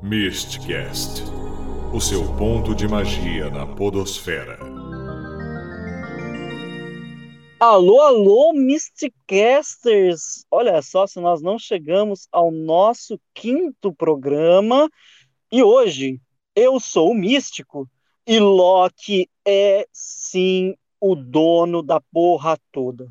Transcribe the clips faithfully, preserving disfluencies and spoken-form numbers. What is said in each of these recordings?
Mistcast, o seu ponto de magia na podosfera. Alô, alô, Mistcasters! Olha só, se nós não chegamos ao nosso quinto programa, e hoje eu sou o Místico, e Loki é sim o dono da porra toda.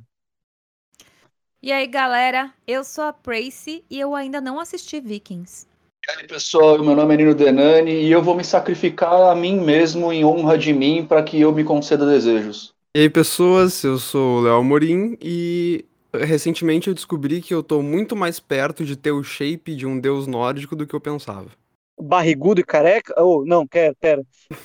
E aí, galera, eu sou a Pracy e eu ainda não assisti Vikings. E aí, pessoal, meu nome é Nino Denani e eu vou me sacrificar a mim mesmo em honra de mim para que eu me conceda desejos. E aí, pessoas, eu sou o Léo Amorim e recentemente eu descobri que eu tô muito mais perto de ter o shape de um deus nórdico do que eu pensava. Barrigudo e careca? Oh, não, quero, pera.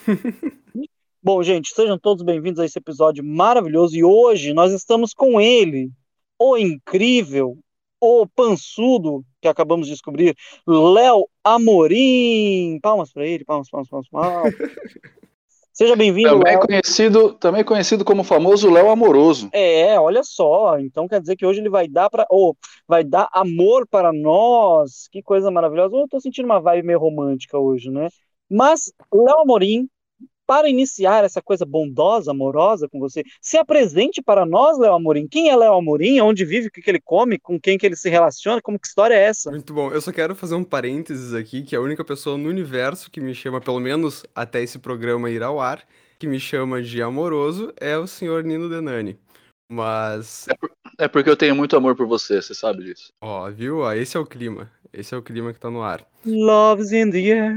Bom, gente, sejam todos bem-vindos a esse episódio maravilhoso e hoje nós estamos com ele, o incrível, o pançudo que acabamos de descobrir, Léo Amorim. Palmas para ele, palmas, palmas, palmas, palmas. Seja bem-vindo, Também Léo. conhecido, também conhecido como o famoso Léo Amoroso. É, olha só, então quer dizer que hoje ele vai dar para, oh, vai dar amor para nós. Que coisa maravilhosa. Eu tô sentindo uma vibe meio romântica hoje, né? Mas Léo Amorim, para iniciar essa coisa bondosa, amorosa com você, se apresente para nós, Léo Amorim. Quem é Léo Amorim? Onde vive? O que que ele come? Com quem que ele se relaciona? Como que história é essa? Muito bom. Eu só quero fazer um parênteses aqui, que a única pessoa no universo que me chama, pelo menos até esse programa ir ao ar, que me chama de amoroso, é o senhor Nino Denani. Mas, É, por- é porque eu tenho muito amor por você, você sabe disso. ó, viu? Ó, esse é o clima. Esse é o clima que tá no ar. Love's in the air.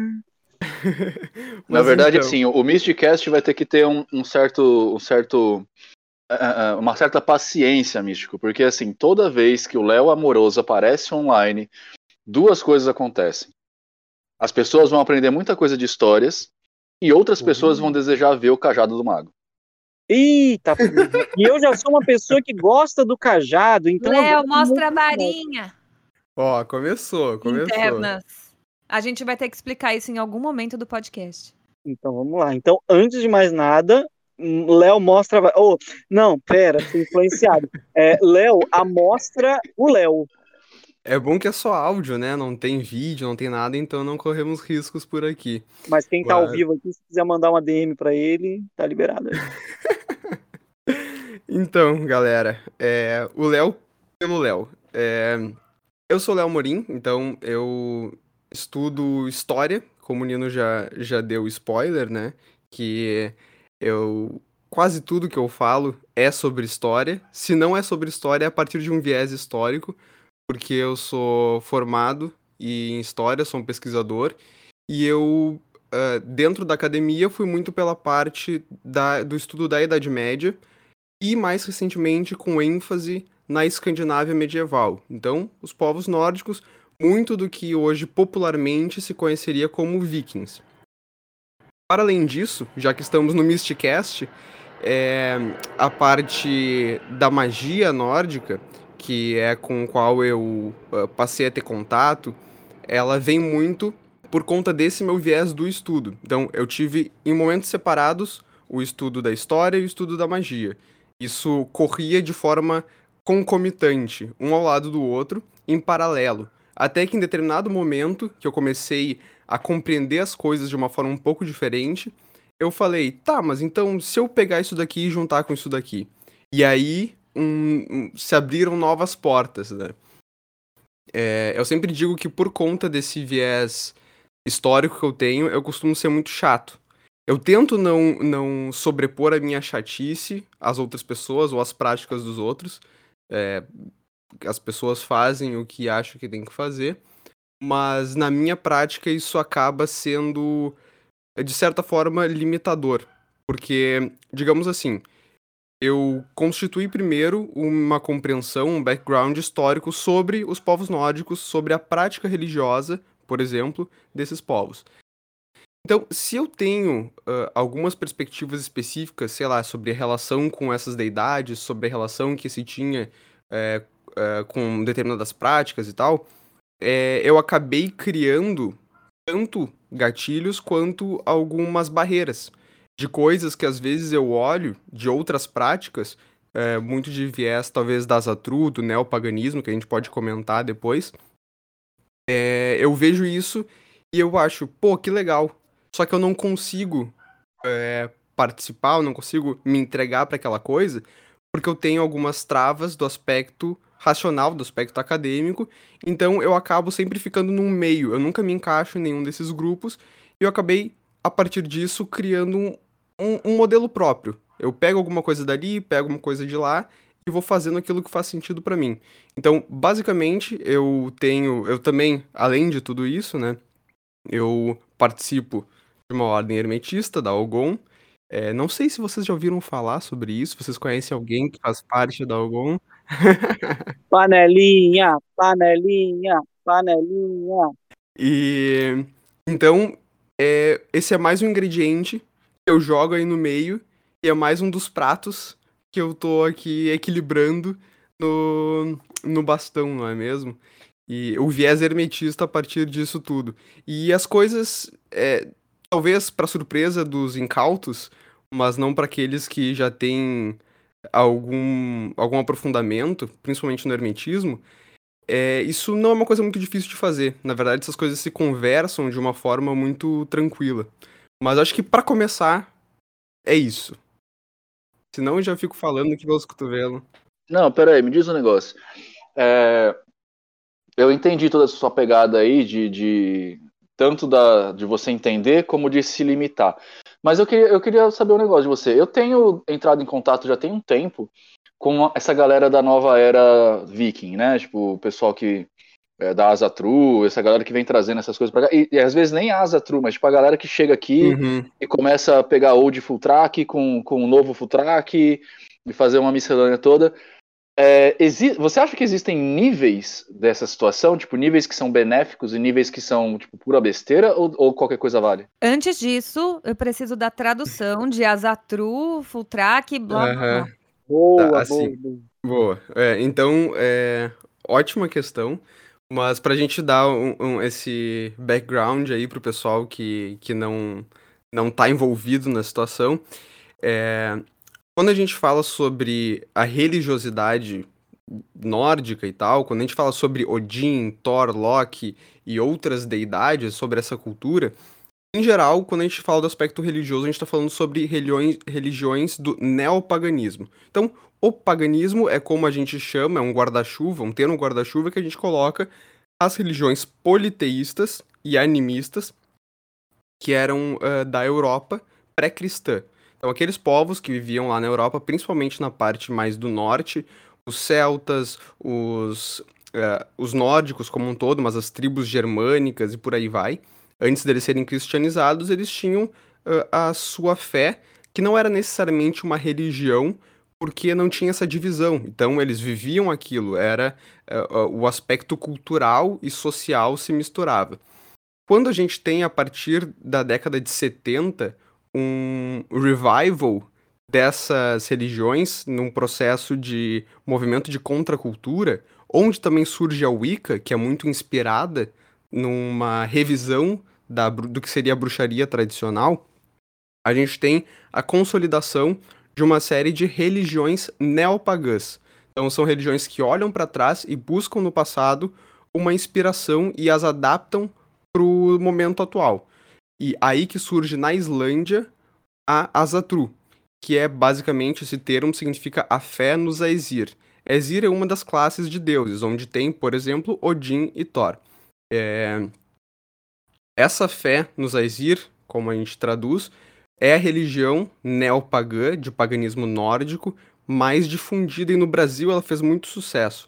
Na Mas verdade, então, assim, o, o Mistcast vai ter que ter um, um certo, um certo, ah, ah, uma certa paciência, Místico, porque assim, toda vez que o Léo Amoroso aparece online, duas coisas acontecem. As pessoas vão aprender muita coisa de histórias e outras pessoas vão desejar ver o cajado do mago. Eita, porra. E eu já sou uma pessoa que gosta do cajado, então eu Léo, gosto mostra a muito. varinha. ó, começou, começou. Internas. A gente vai ter que explicar isso em algum momento do podcast. Então vamos lá. Então, antes de mais nada, hum, Léo mostra. Oh, não, pera, fui influenciado. É, Léo, amostra o Léo. É bom que é só áudio, né? Não tem vídeo, não tem nada, então não corremos riscos por aqui. Mas quem tá ao Mas- vivo aqui, se quiser mandar uma D M pra ele, tá liberado aí. Então, galera, é, o Léo pelo Léo. É, eu sou o Léo Morim, então eu estudo história, como o Nino já, já deu spoiler, né? Que eu quase tudo que eu falo é sobre história. Se não é sobre história, é a partir de um viés histórico, porque eu sou formado em história, sou um pesquisador, e eu, ah, dentro da academia, fui muito pela parte da, do estudo da Idade Média e, mais recentemente, com ênfase na Escandinávia medieval. Então, os povos nórdicos, muito do que hoje popularmente se conheceria como vikings. Para além disso, já que estamos no Mistcast, é, a parte da magia nórdica, que é com qual eu uh, passei a ter contato, ela vem muito por conta desse meu viés do estudo. Então, eu tive em momentos separados o estudo da história e o estudo da magia. Isso corria de forma concomitante, um ao lado do outro, em paralelo. Até que em determinado momento, que eu comecei a compreender as coisas de uma forma um pouco diferente, eu falei, tá, mas então se eu pegar isso daqui e juntar com isso daqui? E aí um, um, se abriram novas portas, né? É, eu sempre digo que por conta desse viés histórico que eu tenho, eu costumo ser muito chato. Eu tento não, não sobrepor a minha chatice às outras pessoas ou às práticas dos outros. É, as pessoas fazem o que acham que tem que fazer, mas na minha prática isso acaba sendo, de certa forma, limitador. Porque, digamos assim, eu constituí primeiro uma compreensão, um background histórico sobre os povos nórdicos, sobre a prática religiosa, por exemplo, desses povos. Então, se eu tenho uh, algumas perspectivas específicas, sei lá, sobre a relação com essas deidades, sobre a relação que se tinha é, é, com determinadas práticas e tal, é, eu acabei criando tanto gatilhos quanto algumas barreiras de coisas que às vezes eu olho de outras práticas, é, muito de viés talvez da Zatru, do neopaganismo, que a gente pode comentar depois. É, eu vejo isso E eu acho, pô, que legal. Só que eu não consigo é, participar, eu não consigo me entregar para aquela coisa, porque eu tenho algumas travas do aspecto racional, do aspecto acadêmico, então eu acabo sempre ficando num meio, eu nunca me encaixo em nenhum desses grupos, e eu acabei, a partir disso, criando um, um, um modelo próprio. Eu pego alguma coisa dali, pego uma coisa de lá, e vou fazendo aquilo que faz sentido para mim. Então, basicamente, eu tenho, eu também, além de tudo isso, né, eu participo de uma ordem hermetista, da Algon. É, não sei se vocês já ouviram falar sobre isso, vocês conhecem alguém que faz parte da Algon? Panelinha, panelinha, panelinha. E então, é, esse é mais um ingrediente que eu jogo aí no meio e é mais um dos pratos que eu tô aqui equilibrando no, no bastão, não é mesmo? E o viés hermetista a partir disso tudo. E as coisas, é, talvez para surpresa dos incautos, mas não para aqueles que já têm algum, algum aprofundamento, principalmente no hermetismo, é, isso não é uma coisa muito difícil de fazer. Na verdade, essas coisas se conversam de uma forma muito tranquila. Mas acho que para começar, é isso. Senão eu já fico falando aqui pelos cotovelos. Não, pera aí, me diz um negócio. É, eu entendi toda essa sua pegada aí de, de tanto da, de você entender como de se limitar. Mas eu queria, eu queria saber um negócio de você. Eu tenho entrado em contato já tem um tempo com essa galera da nova era viking, né? Tipo, o pessoal que é, da Asa True, essa galera que vem trazendo essas coisas pra cá. E, e às vezes nem Asa True, mas tipo a galera que chega aqui Uhum. e começa a pegar old full track com, com um novo full track e fazer uma miscelânea toda. É, exi- você acha que existem níveis dessa situação? Tipo, níveis que são benéficos e níveis que são, tipo, pura besteira? Ou, ou qualquer coisa vale? Antes disso, eu preciso da tradução de Asatru, Full Track, blá blá blá. Aham. Tá, Boa, assim, boa, boa. boa. É, então, é, ótima questão. Mas pra gente dar um, um- esse background aí pro pessoal que, que não, não tá envolvido na situação, é, quando a gente fala sobre a religiosidade nórdica e tal, quando a gente fala sobre Odin, Thor, Loki e outras deidades, sobre essa cultura, em geral, quando a gente fala do aspecto religioso, a gente está falando sobre religiões, religiões do neopaganismo. Então, o paganismo é como a gente chama, é um guarda-chuva, um termo guarda-chuva que a gente coloca as religiões politeístas e animistas que eram uh, da Europa pré-cristã. Então, aqueles povos que viviam lá na Europa, principalmente na parte mais do norte, os celtas, os, uh, os nórdicos como um todo, mas as tribos germânicas e por aí vai, antes deles serem cristianizados, eles tinham uh, a sua fé, que não era necessariamente uma religião, porque não tinha essa divisão. Então, eles viviam aquilo, era uh, uh, o aspecto cultural e social se misturava. Quando a gente tem, a partir da década de setenta, um revival dessas religiões num processo de movimento de contracultura, onde também surge a Wicca, que é muito inspirada numa revisão da, do que seria a bruxaria tradicional, a gente tem a consolidação de uma série de religiões neopagãs. Então, são religiões que olham para trás e buscam no passado uma inspiração e as adaptam para o momento atual. E aí que surge na Islândia a Asatru, que é basicamente, esse termo significa a fé nos Aesir. Aesir é uma das classes de deuses, onde tem, por exemplo, Odin e Thor. É... Essa fé nos Aesir, como a gente traduz, é a religião neopagã, de paganismo nórdico, mais difundida, e no Brasil ela fez muito sucesso.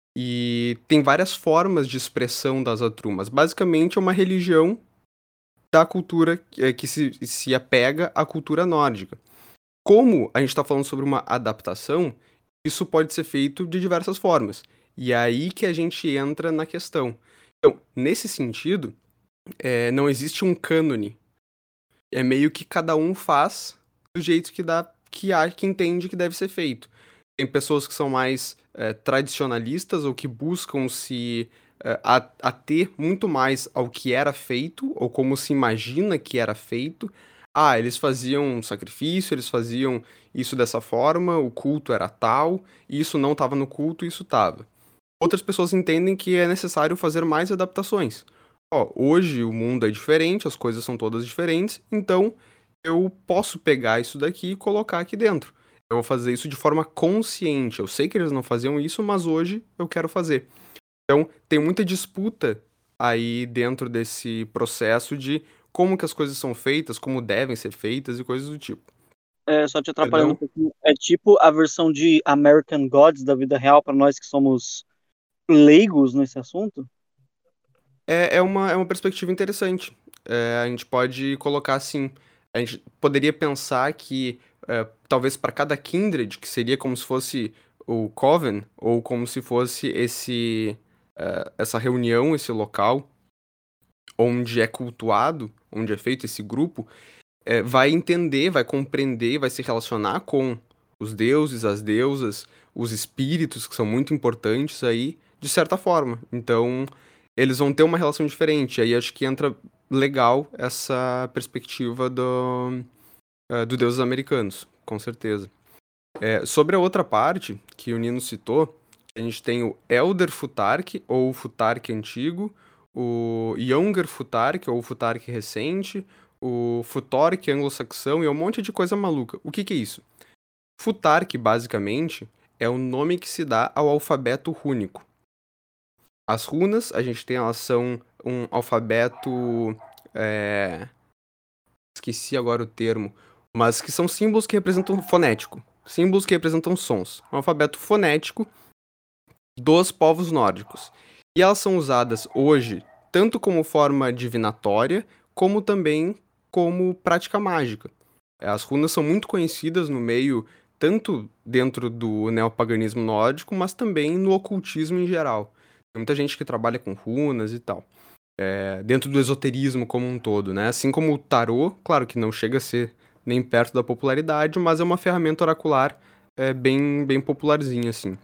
E tem várias formas de expressão das Asatru, mas basicamente é uma religião da cultura que, que se, se apega à cultura nórdica. Como a gente está falando sobre uma adaptação, isso pode ser feito de diversas formas. E é aí que a gente entra na questão. Então, nesse sentido, é, não existe um cânone. É meio que cada um faz do jeito que dá, que, há, que entende que deve ser feito. Tem pessoas que são mais é, tradicionalistas ou que buscam se é, ater muito mais ao que era feito ou como se imagina que era feito. Ah, eles faziam sacrifício, eles faziam isso dessa forma, o culto era tal, e isso não estava no culto, isso estava. Outras pessoas entendem que é necessário fazer mais adaptações. ó, hoje o mundo é diferente, as coisas são todas diferentes, então eu posso pegar isso daqui e colocar aqui dentro. Eu vou fazer isso de forma consciente. Eu sei que eles não faziam isso, mas hoje eu quero fazer. Então, tem muita disputa aí dentro desse processo de como que as coisas são feitas, como devem ser feitas e coisas do tipo. É, só te atrapalhando um Entendeu? pouquinho. É tipo a versão de American Gods da vida real para nós que somos leigos nesse assunto? É, é uma, é uma perspectiva interessante. É, a gente pode colocar assim. A gente poderia pensar que é, talvez para cada kindred, que seria como se fosse o Coven, ou como se fosse esse, é, essa reunião, esse local, onde é cultuado, onde é feito esse grupo, é, vai entender, vai compreender, vai se relacionar com os deuses, as deusas, os espíritos, que são muito importantes aí, de certa forma. Então, eles vão ter uma relação diferente. Aí acho que entra legal essa perspectiva do, eh, do deuses americanos, com certeza. É, sobre a outra parte, que o Nino citou, a gente tem o Elder Futhark, ou Futhark antigo, o Younger Futhark, ou Futhark recente, o Futork anglo-saxão e um monte de coisa maluca. O que que é isso? Futhark, basicamente, é o nome que se dá ao alfabeto rúnico. As runas, a gente tem, elas são um alfabeto. é, Esqueci agora o termo, mas que são símbolos que representam fonético. Símbolos que representam sons. Um alfabeto fonético dos povos nórdicos. E elas são usadas hoje tanto como forma divinatória, como também como prática mágica. As runas são muito conhecidas no meio, tanto dentro do neopaganismo nórdico, mas também no ocultismo em geral. Tem muita gente que trabalha com runas e tal. É, dentro do esoterismo como um todo, né? Assim como o tarô, claro que não chega a ser nem perto da popularidade, mas é uma ferramenta oracular é, bem, bem popularzinha, assim.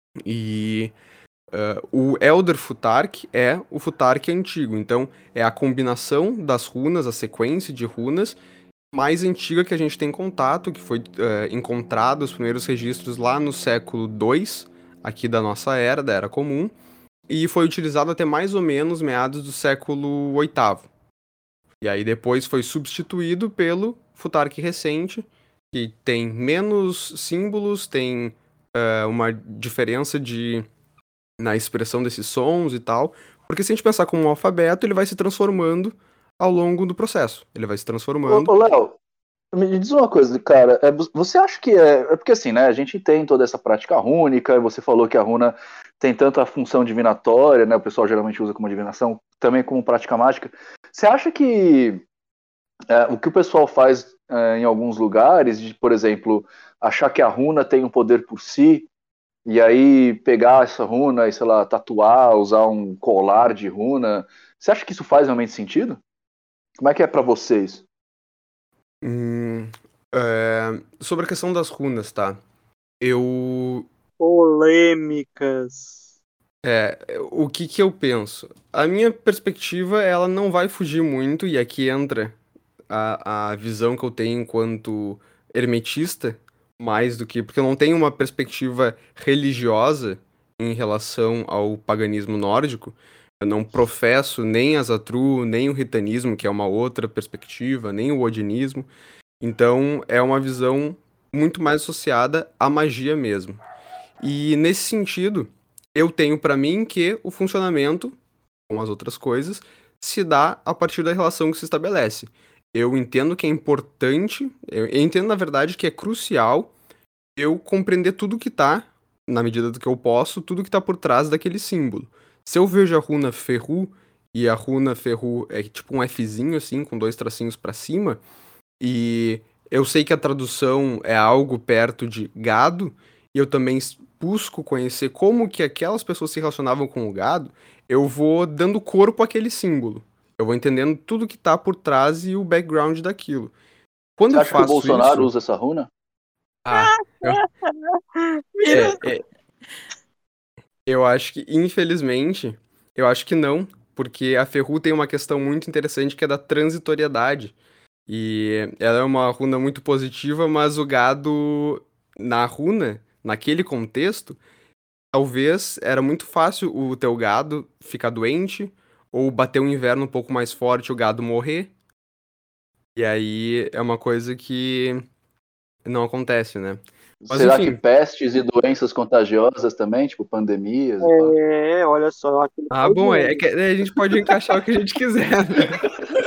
E uh, o Elder Futhark é o Futhark antigo, então é a combinação das runas, a sequência de runas mais antiga que a gente tem contato, que foi uh, encontrado os primeiros registros lá no século dois, aqui da nossa era, da Era Comum, e foi utilizado até mais ou menos meados do século oitavo. E aí depois foi substituído pelo Futhark recente, que tem menos símbolos, tem uh, uma diferença de na expressão desses sons e tal, porque se a gente pensar como um alfabeto, ele vai se transformando ao longo do processo. Ele vai se Ô, transformando. ô, Léo, me diz uma coisa, cara. É, você acha que é. É porque assim, né? A gente tem toda essa prática rúnica, você falou que a runa tem tanto a função divinatória, né? O pessoal geralmente usa como divinação, também como prática mágica. Você acha que é, o que o pessoal faz é, em alguns lugares, de, por exemplo, achar que a runa tem um poder por si, e aí pegar essa runa e, sei lá, tatuar, usar um colar de runa, você acha que isso faz realmente sentido? Como é que é pra vocês? Hum, é, sobre a questão das runas, tá? Eu. Polêmicas. É, o que que eu penso? A minha perspectiva, ela não vai fugir muito, e aqui entra a, a visão que eu tenho enquanto hermetista, mais do que. Porque eu não tenho uma perspectiva religiosa em relação ao paganismo nórdico. Eu não professo nem a Zatru, nem o ritanismo, que é uma outra perspectiva, nem o odinismo. Então, é uma visão muito mais associada à magia mesmo. E nesse sentido, eu tenho para mim que o funcionamento, com as outras coisas, se dá a partir da relação que se estabelece. Eu entendo que é importante, eu entendo na verdade que é crucial eu compreender tudo que tá, na medida do que eu posso, tudo que tá por trás daquele símbolo. Se eu vejo a runa Ferru, e a runa Ferru é tipo um Fzinho assim, com dois tracinhos para cima, e eu sei que a tradução é algo perto de gado, e eu também s- busco conhecer como que aquelas pessoas se relacionavam com o gado, eu vou dando corpo àquele símbolo. Eu vou entendendo tudo que tá por trás e o background daquilo. Quando Você eu acha que o faço Bolsonaro isso, usa essa runa? ah, eu, é, é, eu acho que, infelizmente, eu acho que não, porque a Ferru tem uma questão muito interessante que é da transitoriedade. E ela é uma runa muito positiva, mas o gado na runa, naquele contexto, talvez era muito fácil o teu gado ficar doente ou bater um inverno um pouco mais forte, o gado morrer. E aí é uma coisa que não acontece, né? Mas, Será enfim. que pestes e doenças contagiosas também, tipo pandemias e pá? É, olha só. aquele Ah, bom, é, é que é, a gente pode encaixar o que a gente quiser, né?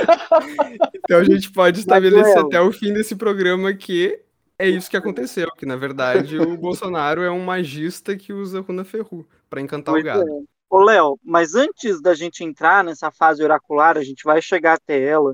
Então a gente pode Mas, estabelecer Léo, até o fim desse programa que é isso que aconteceu, que na verdade o Bolsonaro é um magista que usa Runa Ferru pra encantar o pois gado. é. Ô, Léo, mas antes da gente entrar nessa fase oracular, a gente vai chegar até ela,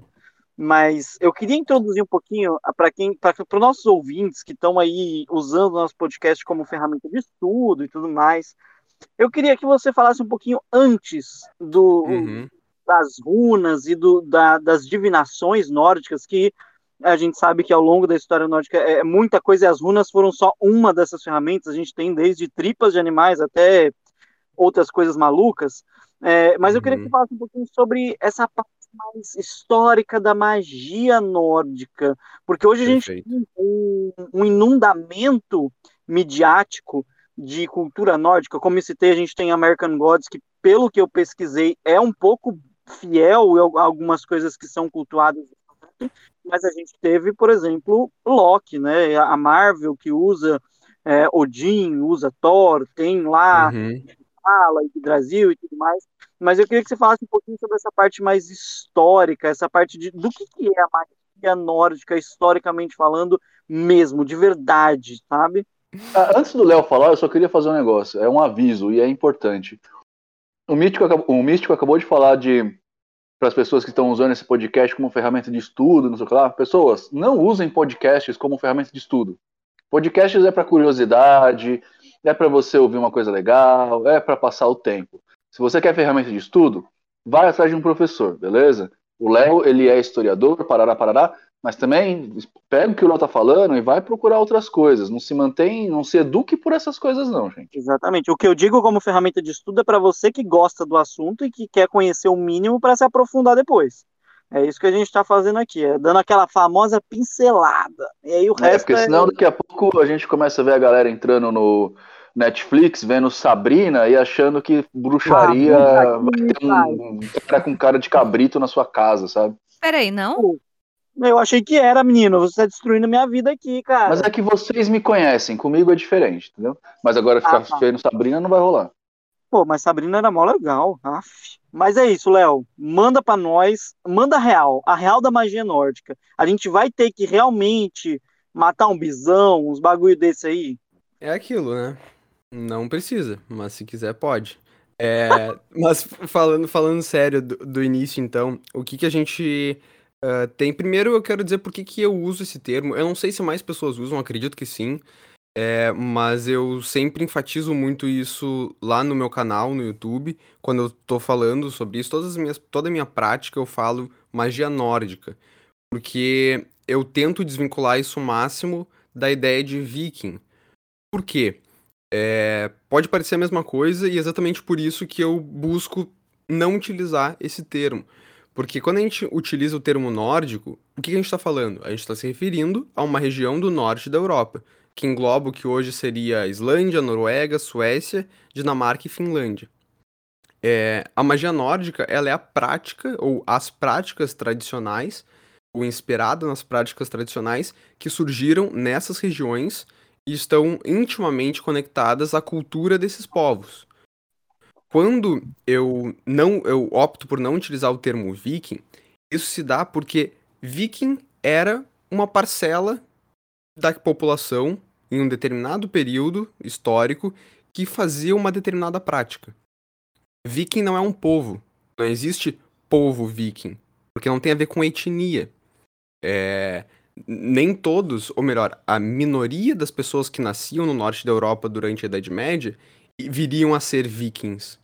mas eu queria introduzir um pouquinho para quem, para os nossos ouvintes que estão aí usando o nosso podcast como ferramenta de estudo e tudo mais. Eu queria que você falasse um pouquinho antes do, Uhum, das runas e do, da, das divinações nórdicas, que a gente sabe que ao longo da história nórdica é muita coisa, e as runas foram só uma dessas ferramentas. A gente tem desde tripas de animais até outras coisas malucas. É, mas eu queria que você uhum, falasse um pouquinho sobre essa parte mais histórica da magia nórdica, porque hoje a gente perfeito. tem um, um inundamento midiático de cultura nórdica. Como eu citei, a gente tem American Gods, que, pelo que eu pesquisei, é um pouco fiel a algumas coisas que são cultuadas, mas a gente teve, por exemplo, Loki, né? A Marvel que usa é, Odin, usa Thor, tem lá Uhum. fala e do Brasil e tudo mais. Mas eu queria que você falasse um pouquinho sobre essa parte mais histórica, essa parte de do que, que é a magia nórdica, historicamente falando, mesmo, de verdade, sabe? Ah, antes do Léo falar, eu só queria fazer um negócio. É um aviso e é importante. O Místico, acabou- o Místico acabou de falar de para as pessoas que estão usando esse podcast como ferramenta de estudo, não sei o que lá. Pessoas, não usem podcasts como ferramenta de estudo. Podcasts é para curiosidade, é para você ouvir uma coisa legal, é para passar o tempo. Se você quer ferramenta de estudo, vai atrás de um professor, beleza? O Léo, ele é historiador, parará, parará, mas também pega o que o Léo tá falando e vai procurar outras coisas. Não se mantém, não se eduque por essas coisas não, gente. Exatamente. O que eu digo como ferramenta de estudo é para você que gosta do assunto e que quer conhecer o mínimo para se aprofundar depois. É isso que a gente está fazendo aqui, é dando aquela famosa pincelada. E aí o É, resto porque é. senão daqui a pouco a gente começa a ver a galera entrando no Netflix, vendo Sabrina e achando que Ah, bruxaria puta que vai me ter pariu. um um cara com cara de cabrito na sua casa, sabe? Peraí, não? Pô, eu achei que era, menino. Você está destruindo minha vida aqui, Mas cara. é que vocês me conhecem, comigo é diferente, entendeu? Mas agora Ah, ficar tá. vendo Sabrina não vai rolar. Pô, mas Sabrina era mó legal. Aff. Mas é isso, Léo. Manda pra nós. Manda a real. A real da magia nórdica. A gente vai ter que realmente matar um bisão, uns bagulho desse aí. É aquilo, né? Não precisa, mas se quiser pode. É, mas falando, falando sério do, do início, então, o que que a gente ah, tem? Primeiro eu quero dizer por que que eu uso esse termo. Eu não sei se mais pessoas usam, acredito que sim. É, mas eu sempre enfatizo muito isso lá no meu canal, no YouTube, quando eu tô falando sobre isso, todas as minhas, toda a minha prática eu falo magia nórdica, porque eu tento desvincular isso o máximo da ideia de viking. Por quê? É, pode parecer a mesma coisa e é exatamente por isso que eu busco não utilizar esse termo. Porque quando a gente utiliza o termo nórdico, o que a gente está falando? A gente está se referindo a uma região do norte da Europa, que engloba o que hoje seria Islândia, Noruega, Suécia, Dinamarca e Finlândia. É, a magia nórdica, ela é a prática, ou as práticas tradicionais, ou inspirada nas práticas tradicionais, que surgiram nessas regiões e estão intimamente conectadas à cultura desses povos. Quando eu não eu opto por não utilizar o termo viking, isso se dá porque viking era uma parcela da população em um determinado período histórico que fazia uma determinada prática. Viking não é um povo, não existe povo viking, porque não tem a ver com etnia. É, nem todos, ou melhor, a minoria das pessoas que nasciam no norte da Europa durante a Idade Média viriam a ser vikings.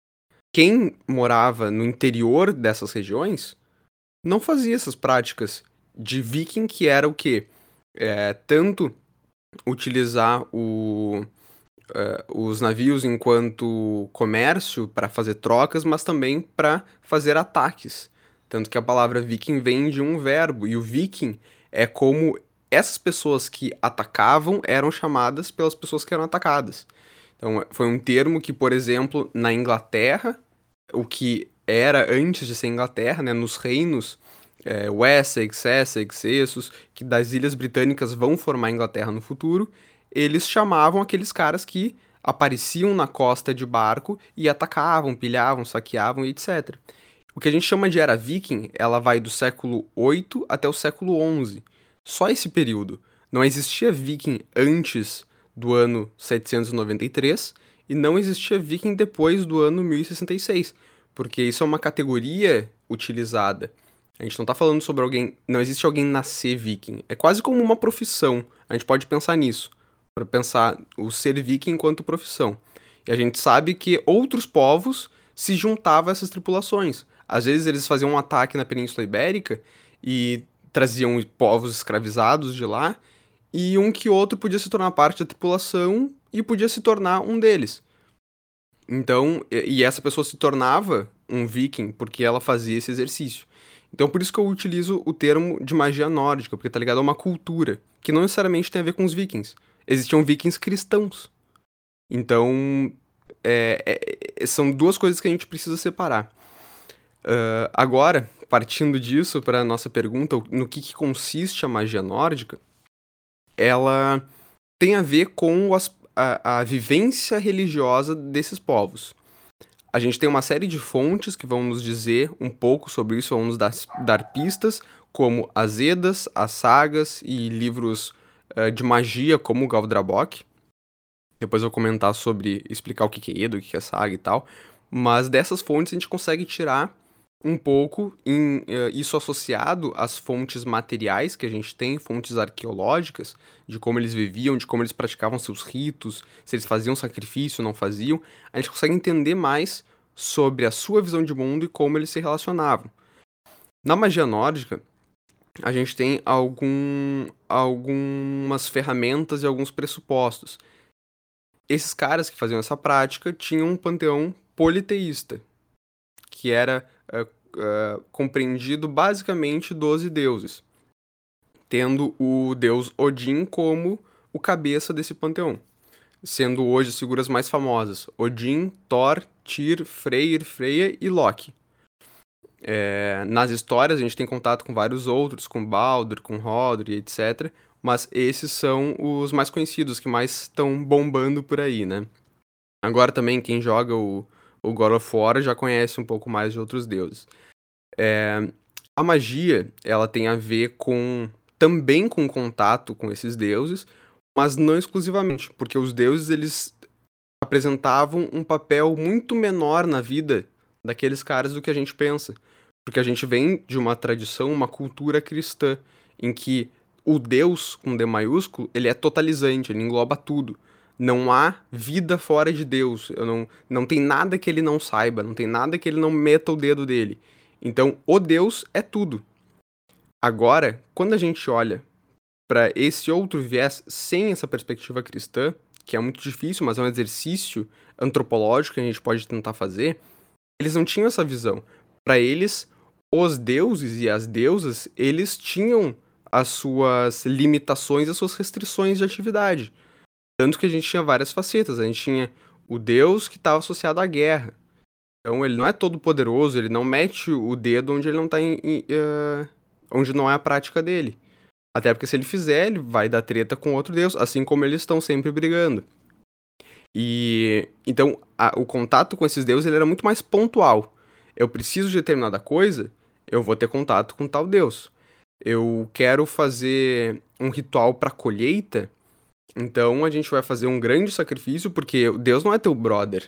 Quem morava no interior dessas regiões não fazia essas práticas de viking, que era o quê? É, tanto utilizar o, eh, os navios enquanto comércio para fazer trocas, mas também para fazer ataques. Tanto que a palavra viking vem de um verbo, e o viking é como essas pessoas que atacavam eram chamadas pelas pessoas que eram atacadas. Então, foi um termo que, por exemplo, na Inglaterra, o que era antes de ser Inglaterra, né, nos reinos, é, Wessex, Essex, Essos, que das Ilhas Britânicas vão formar a Inglaterra no futuro, eles chamavam aqueles caras que apareciam na costa de barco e atacavam, pilhavam, saqueavam e etcétera. O que a gente chama de Era Viking, ela vai do século oito até o século onze. Só esse período. Não existia Viking antes do ano setecentos e noventa e três e não existia Viking depois do ano mil e sessenta e seis, porque isso é uma categoria utilizada. A gente não tá falando sobre alguém, não existe alguém nascer Viking. É quase como uma profissão. A gente pode pensar nisso, para pensar o ser Viking enquanto profissão. E a gente sabe que outros povos se juntavam a essas tripulações. Às vezes eles faziam um ataque na Península Ibérica e traziam povos escravizados de lá, e um que outro podia se tornar parte da tripulação e podia se tornar um deles. Então, e e essa pessoa se tornava um viking porque ela fazia esse exercício. Então, por isso que eu utilizo o termo de magia nórdica, porque tá ligado a uma cultura, que não necessariamente tem a ver com os vikings. Existiam vikings cristãos. Então, é, é- é- são duas coisas que a gente precisa separar. Ah, agora, partindo disso para a nossa pergunta, o- no que, que consiste a magia nórdica, ela tem a ver com o as- a, a vivência religiosa desses povos. A gente tem uma série de fontes que vão nos dizer um pouco sobre isso, vão nos dar, dar pistas, como as Edas, as sagas e livros eh, de magia, como o Galdrabok. Depois eu vou comentar sobre, explicar o que que é Eda, o que que é saga e tal. Mas dessas fontes a gente consegue tirar um pouco, em, eh, isso associado às fontes materiais que a gente tem, fontes arqueológicas, de como eles viviam, de como eles praticavam seus ritos, se eles faziam sacrifício, não faziam. A gente consegue entender mais sobre a sua visão de mundo e como eles se relacionavam. Na magia nórdica, a gente tem algum, algumas ferramentas e alguns pressupostos. Esses caras que faziam essa prática tinham um panteão politeísta, que era eh, eh, compreendido basicamente doze deuses, tendo o deus Odin como o cabeça desse panteão, sendo hoje as figuras mais famosas Odin, Thor, Tyr, Freyr, Freya e Loki. É, nas histórias a gente tem contato com vários outros, com Baldur, com Hodor e etcétera. Mas esses são os mais conhecidos, que mais estão bombando por aí, né? Agora também quem joga o, o God of War já conhece um pouco mais de outros deuses. É, a magia, ela tem a ver com também com contato com esses deuses, mas não exclusivamente, porque os deuses eles apresentavam um papel muito menor na vida daqueles caras do que a gente pensa. Porque a gente vem de uma tradição, uma cultura cristã, em que o Deus, com D maiúsculo, ele é totalizante, ele engloba tudo. Não há vida fora de Deus. Eu não, não tem nada que ele não saiba, não tem nada que ele não meta o dedo dele. Então, o Deus é tudo. Agora, quando a gente olha para esse outro viés sem essa perspectiva cristã, que é muito difícil, mas é um exercício antropológico que a gente pode tentar fazer, eles não tinham essa visão. Para eles, os deuses e as deusas, eles tinham as suas limitações, as suas restrições de atividade. Tanto que a gente tinha várias facetas. A gente tinha o deus que estava associado à guerra. Então ele não é todo poderoso, ele não mete o dedo onde ele não tá em, em, eh, onde não é a prática dele. Até porque se ele fizer, ele vai dar treta com outro deus, assim como eles estão sempre brigando. E então a- o contato com esses deuses ele era muito mais pontual. Eu preciso de determinada coisa, eu vou ter contato com tal deus. Eu quero fazer um ritual para colheita, então a gente vai fazer um grande sacrifício, porque Deus não é teu brother.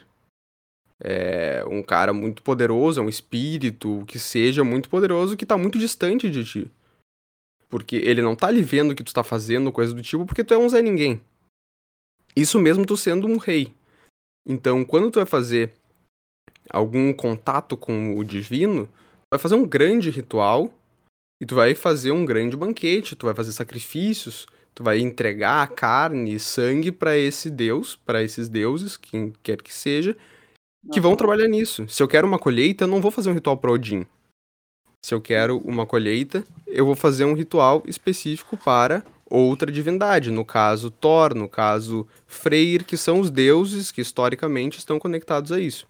É um cara muito poderoso, é um espírito que seja muito poderoso que tá muito distante de ti. Porque ele não tá ali vendo o que tu tá fazendo, coisa do tipo, porque tu é um Zé Ninguém. Isso mesmo tu sendo um rei. Então, quando tu vai fazer algum contato com o divino, tu vai fazer um grande ritual e tu vai fazer um grande banquete, tu vai fazer sacrifícios, tu vai entregar carne e sangue para esse deus, para esses deuses, quem quer que seja, que vão Aham. trabalhar nisso. Se eu quero uma colheita, eu não vou fazer um ritual para Odin. Se eu quero uma colheita, eu vou fazer um ritual específico para outra divindade, no caso Thor, no caso Freyr, que são os deuses que historicamente estão conectados a isso.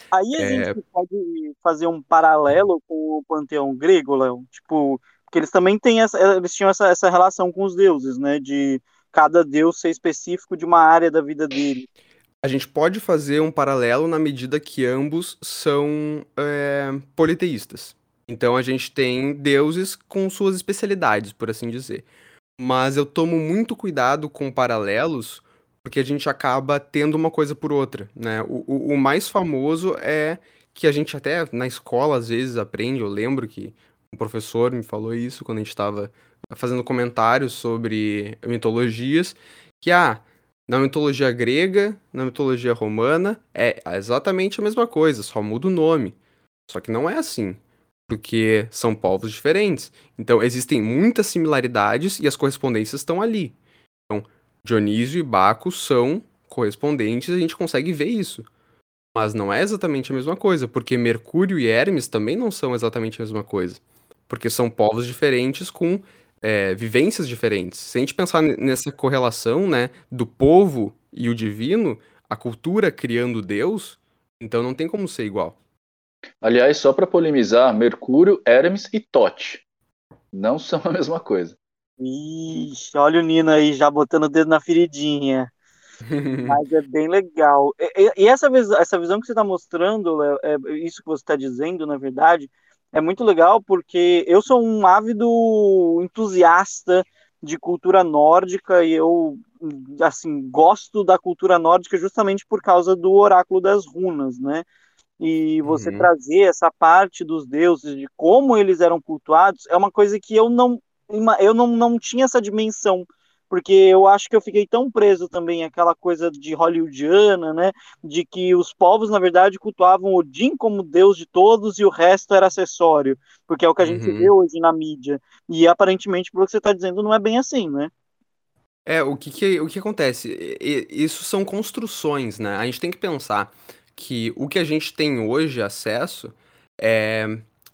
Aí a gente pode fazer um paralelo com o panteão grego, Léo, tipo, porque eles também têm essa, eles tinham essa, essa relação com os deuses, né, de cada deus ser específico de uma área da vida dele. A gente pode fazer um paralelo na medida que ambos são é, politeístas. Então a gente tem deuses com suas especialidades, por assim dizer. Mas eu tomo muito cuidado com paralelos, porque a gente acaba tendo uma coisa por outra, né? O, o, o mais famoso é que a gente até na escola às vezes aprende, eu lembro que um professor me falou isso quando a gente estava fazendo comentários sobre mitologias, que ah, na mitologia grega, na mitologia romana, é exatamente a mesma coisa, só muda o nome. Só que não é assim, porque são povos diferentes. Então, existem muitas similaridades e as correspondências estão ali. Então, Dionísio e Baco são correspondentes e a gente consegue ver isso. Mas não é exatamente a mesma coisa, porque Mercúrio e Hermes também não são exatamente a mesma coisa. Porque são povos diferentes com é, vivências diferentes. Se a gente pensar n- nessa correlação, né, do povo e o divino, a cultura criando Deus, então não tem como ser igual. Aliás, só para polemizar, Mercúrio, Hermes e Tote não são a mesma coisa. Ixi, olha o Nino aí já botando o dedo na feridinha. Mas é bem legal. E, e- e essa, vis- essa visão que você está mostrando, Léo, é, isso que você está dizendo, na verdade, é muito legal porque eu sou um ávido entusiasta de cultura nórdica e eu, assim, gosto da cultura nórdica justamente por causa do oráculo das runas, né? E você Uhum. trazer essa parte dos deuses, de como eles eram cultuados, é uma coisa que eu não, ima- eu não, não tinha essa dimensão, porque eu acho que eu fiquei tão preso também àquela coisa de hollywoodiana, né, de que os povos, na verdade, cultuavam Odin como deus de todos e o resto era acessório, porque é o que a gente vê Uhum. hoje na mídia. E aparentemente, pelo que você está dizendo, não é bem assim, né? É, o que que, o que acontece? E- e- Isso são construções, né? A gente tem que pensar que o que a gente tem hoje acesso é,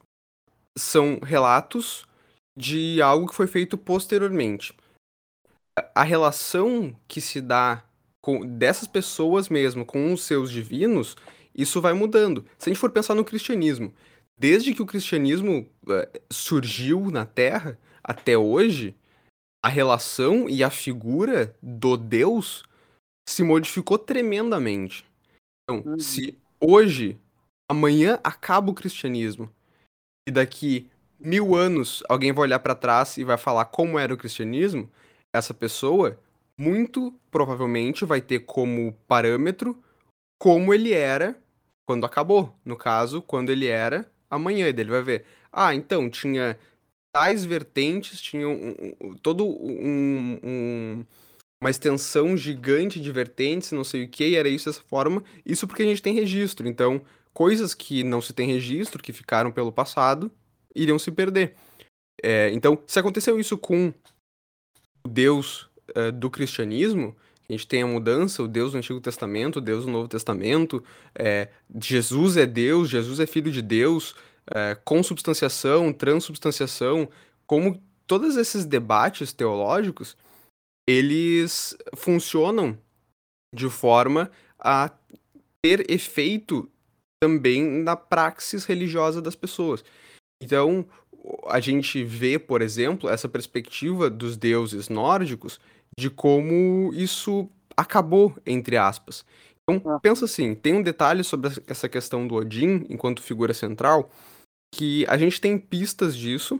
são relatos de algo que foi feito posteriormente. A a relação que se dá com, dessas pessoas mesmo com os seus divinos, isso vai mudando. Se a gente for pensar no cristianismo, desde que o cristianismo eh, surgiu na Terra até hoje, a relação e a figura do Deus se modificou tremendamente. Então, Uhum. se hoje, amanhã acaba o cristianismo e daqui mil anos alguém vai olhar para trás e vai falar como era o cristianismo, essa pessoa muito provavelmente vai ter como parâmetro como ele era quando acabou. No caso, quando ele era amanhã. E daí ele vai ver, ah, então tinha tais vertentes, tinha um, um- um- todo um, um- uma extensão gigante de vertentes, não sei o que, e era isso dessa forma. Isso porque a gente tem registro. Então, coisas que não se tem registro, que ficaram pelo passado, iriam se perder. É, então, se aconteceu isso com o Deus eh, do cristianismo, a gente tem a mudança, o Deus do Antigo Testamento, o Deus do Novo Testamento, é, Jesus é Deus, Jesus é filho de Deus, é, consubstanciação, transubstanciação, como todos esses debates teológicos, eles funcionam de forma a ter efeito também na praxis religiosa das pessoas. Então, a gente vê, por exemplo, essa perspectiva dos deuses nórdicos de como isso acabou, entre aspas. Então, pensa assim, tem um detalhe sobre essa questão do Odin enquanto figura central, que a gente tem pistas disso,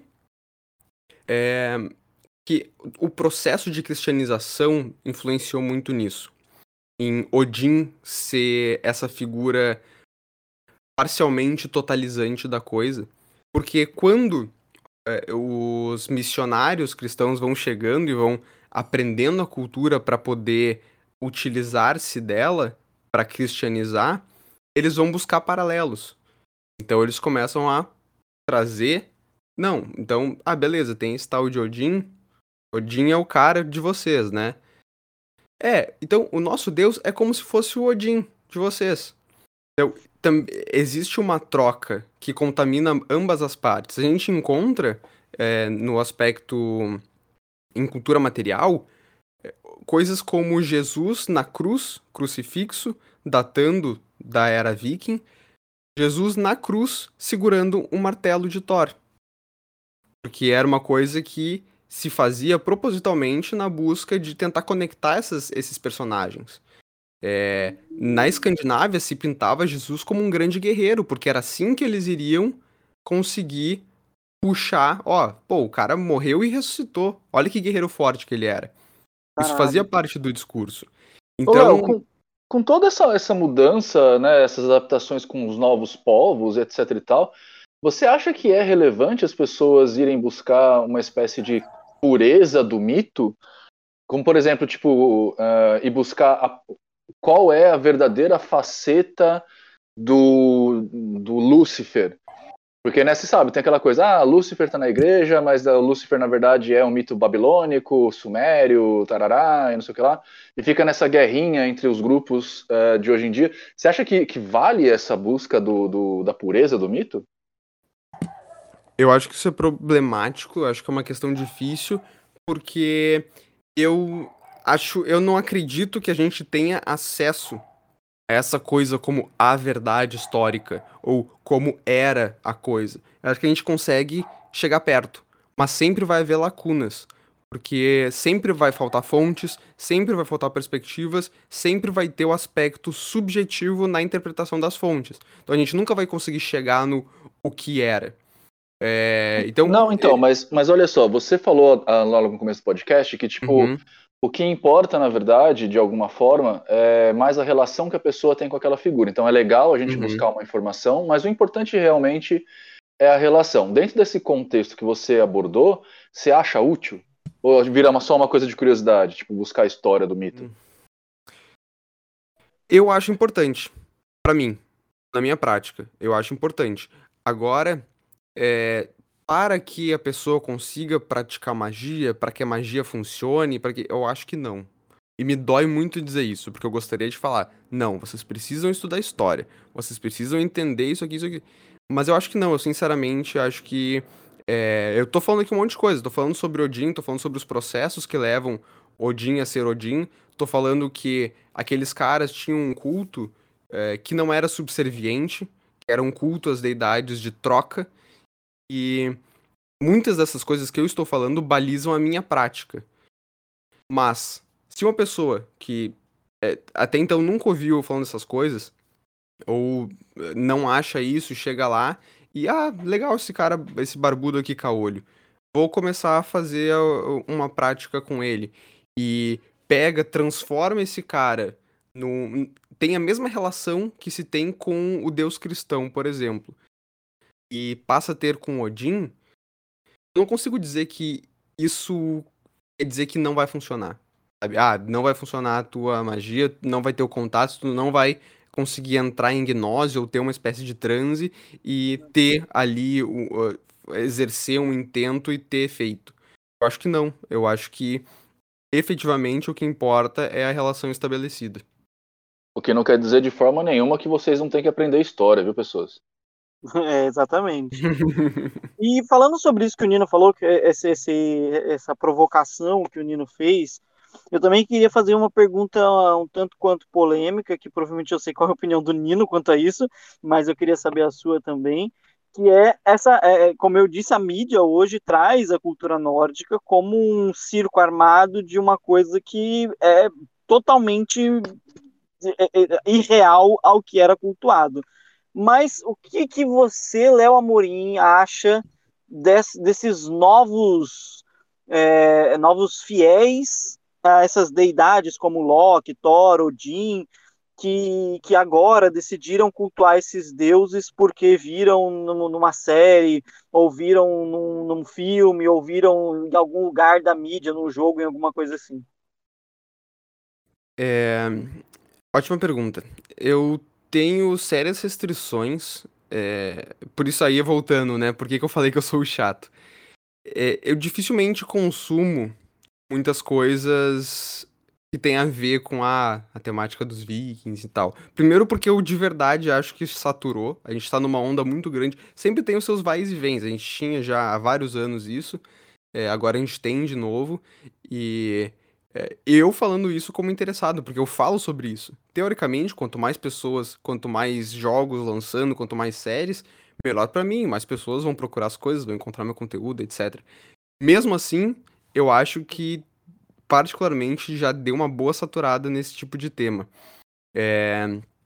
é, que o processo de cristianização influenciou muito nisso. Em Odin ser essa figura parcialmente totalizante da coisa. Porque quando é, os missionários cristãos vão chegando e vão aprendendo a cultura para poder utilizar-se dela para cristianizar, eles vão buscar paralelos. Então eles começam a trazer. Não, então, ah, beleza, tem esse tal de Odin. Odin é o cara de vocês, né? É, então o nosso Deus é como se fosse o Odin de vocês. Então, tam- existe uma troca que contamina ambas as partes. A gente encontra, é, no aspecto em cultura material, coisas como Jesus na cruz, crucifixo, datando da era viking, Jesus na cruz segurando um martelo de Thor. Porque era uma coisa que se fazia propositalmente na busca de tentar conectar essas, esses personagens. É, na Escandinávia se pintava Jesus como um grande guerreiro, porque era assim que eles iriam conseguir puxar, ó, pô, o cara morreu e ressuscitou. Olha que guerreiro forte que ele era. Isso fazia Caralho. parte do discurso. Ô, Léo, Então, com, com toda essa, essa mudança, né, essas adaptações com os novos povos, etc e tal, você acha que é relevante as pessoas irem buscar uma espécie de pureza do mito? Como, por exemplo, tipo, uh, ir buscar a, qual é a verdadeira faceta do, do Lúcifer? Porque, né, você sabe, tem aquela coisa, ah, Lúcifer tá na igreja, mas o Lúcifer, na verdade, é um mito babilônico, sumério, tarará, e não sei o que lá, e fica nessa guerrinha entre os grupos uh, de hoje em dia. Você acha que, que vale essa busca do, do, da pureza do mito? eu acho que isso é problemático, eu acho que é uma questão difícil, porque eu acho, eu não acredito que a gente tenha acesso a essa coisa como a verdade histórica, ou como era a coisa. Eu acho que a gente consegue chegar perto, mas sempre vai haver lacunas, porque sempre vai faltar fontes, sempre vai faltar perspectivas, sempre vai ter o aspecto subjetivo na interpretação das fontes. Então a gente nunca vai conseguir chegar no o que era. É, então, Não, então, mas, mas olha só, você falou ah, lá no começo do podcast que, tipo, uhum, o que importa, na verdade, de alguma forma, é mais a relação que a pessoa tem com aquela figura. Então é legal a gente uhum. buscar uma informação, mas o importante realmente é a relação. Dentro desse contexto que você abordou, você acha útil? Ou vira uma- só uma coisa de curiosidade, tipo, buscar a história do mito? Eu acho importante, pra mim, na minha prática, eu acho importante. Agora, é, para que a pessoa consiga praticar magia, para que a magia funcione, para que eu acho que não. E me dói muito dizer isso, porque eu gostaria de falar, não, vocês precisam estudar história, vocês precisam entender isso aqui, isso aqui. Mas eu acho que não, eu sinceramente acho que é, eu tô falando aqui um monte de coisa, tô falando sobre Odin, tô falando sobre os processos que levam Odin a ser Odin, tô falando que aqueles caras tinham um culto é, que não era subserviente, que era um culto às deidades de troca, e muitas dessas coisas que eu estou falando balizam a minha prática. Mas, se uma pessoa que é, até então nunca ouviu eu falando essas coisas, ou eh, não acha isso, chega lá e, ah, legal esse cara, esse barbudo aqui caolho. Vou começar a fazer uh, uma prática com ele. E pega, transforma esse cara no. Tem a mesma relação que se tem com o deus cristão, por exemplo. E passa a ter com Odin, eu não consigo dizer que isso quer dizer que não vai funcionar. Sabe? Ah, não vai funcionar a tua magia, não vai ter o contato, tu não vai conseguir entrar em gnose ou ter uma espécie de transe e ter ali, o, o- exercer um intento e ter efeito. Eu acho que não. Eu acho que efetivamente o que importa é a relação estabelecida. O que não quer dizer de forma nenhuma que vocês não têm que aprender história, viu, pessoas? É, exatamente. E falando sobre isso que o Nino falou, que é esse, esse- essa provocação que o Nino fez, eu também queria fazer uma pergunta um tanto quanto polêmica, que provavelmente eu sei qual é a opinião do Nino quanto a isso, mas eu queria saber a sua também, que é essa, é, é, como eu disse, a mídia hoje traz a cultura nórdica como um circo armado de uma coisa que é totalmente é, é, irreal ao que era cultuado. Mas o que que você, Léo Amorim, acha des- desses novos, é, novos fiéis a essas deidades como Loki, Thor, Odin, que, que agora decidiram cultuar esses deuses porque viram num- numa série, ou viram num, num filme, ou viram em algum lugar da mídia, num jogo, em alguma coisa assim? É, ótima pergunta. Eu tenho sérias restrições, é, por isso aí, voltando, né? Por que que eu falei que eu sou o chato? É, eu dificilmente consumo muitas coisas que tem a ver com a, a temática dos Vikings e tal. Primeiro porque eu de verdade acho que saturou. A gente tá numa onda muito grande. Sempre tem os seus vais e vens. A gente tinha já há vários anos isso. É, agora a gente tem de novo. E É, eu falando isso como interessado, porque eu falo sobre isso. Teoricamente, quanto mais pessoas, quanto mais jogos lançando, quanto mais séries, melhor pra mim, mais pessoas vão procurar as coisas, vão encontrar meu conteúdo, etcétera. Mesmo assim, eu acho que particularmente já deu uma boa saturada nesse tipo de tema. É,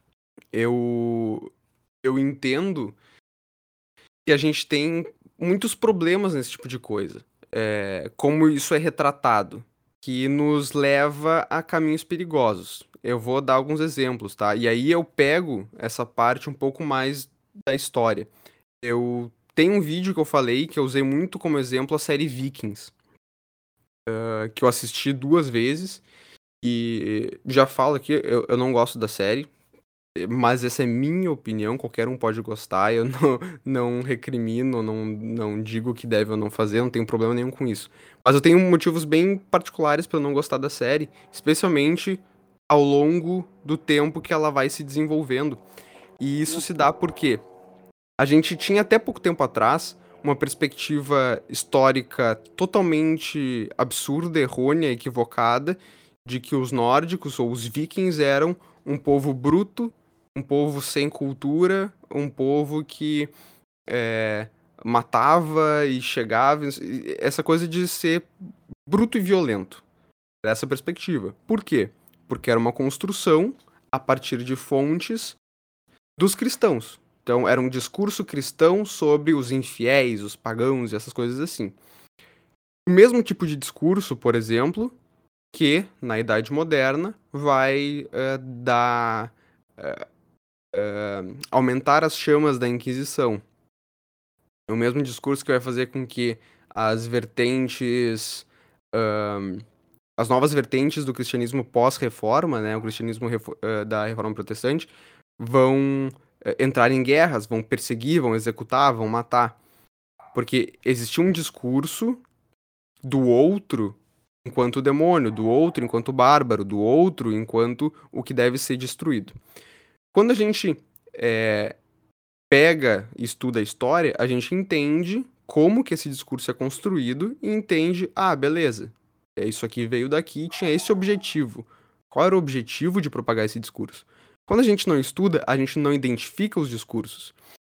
eu eu entendo que a gente tem muitos problemas nesse tipo de coisa. É, como isso é retratado, que nos leva a caminhos perigosos. Eu vou dar alguns exemplos, tá? E aí eu pego essa parte um pouco mais da história. Eu tenho um vídeo que eu falei que eu usei muito como exemplo a série Vikings, uh, que eu assisti duas vezes e já falo aqui, eu, eu não gosto da série, mas essa é minha opinião, qualquer um pode gostar, eu não, não recrimino, não, não digo o que deve ou não fazer, não tenho problema nenhum com isso. Mas eu tenho motivos bem particulares para não gostar da série, especialmente ao longo do tempo que ela vai se desenvolvendo. E isso se dá porque a gente tinha até pouco tempo atrás uma perspectiva histórica totalmente absurda, errônea, equivocada, de que os nórdicos ou os vikings eram um povo bruto, um povo sem cultura, um povo que é, matava e chegava, essa coisa de ser bruto e violento, dessa perspectiva. Por quê? Porque era uma construção a partir de fontes dos cristãos. Então, era um discurso cristão sobre os infiéis, os pagãos e essas coisas assim. O mesmo tipo de discurso, por exemplo, que, na Idade Moderna, vai uh, dar... Uh, uh, aumentar as chamas da Inquisição. É o mesmo discurso que vai fazer com que as vertentes... Uh, as novas vertentes do cristianismo pós-reforma, né, o cristianismo uh, da Reforma Protestante, vão uh, entrar em guerras, vão perseguir, vão executar, vão matar. Porque existia um discurso do outro enquanto demônio, do outro enquanto bárbaro, do outro enquanto o que deve ser destruído. Quando a gente é, pega e estuda a história, a gente entende como que esse discurso é construído e entende, ah, beleza, isso aqui veio daqui e tinha esse objetivo. Qual era o objetivo de propagar esse discurso? Quando a gente não estuda, a gente não identifica os discursos.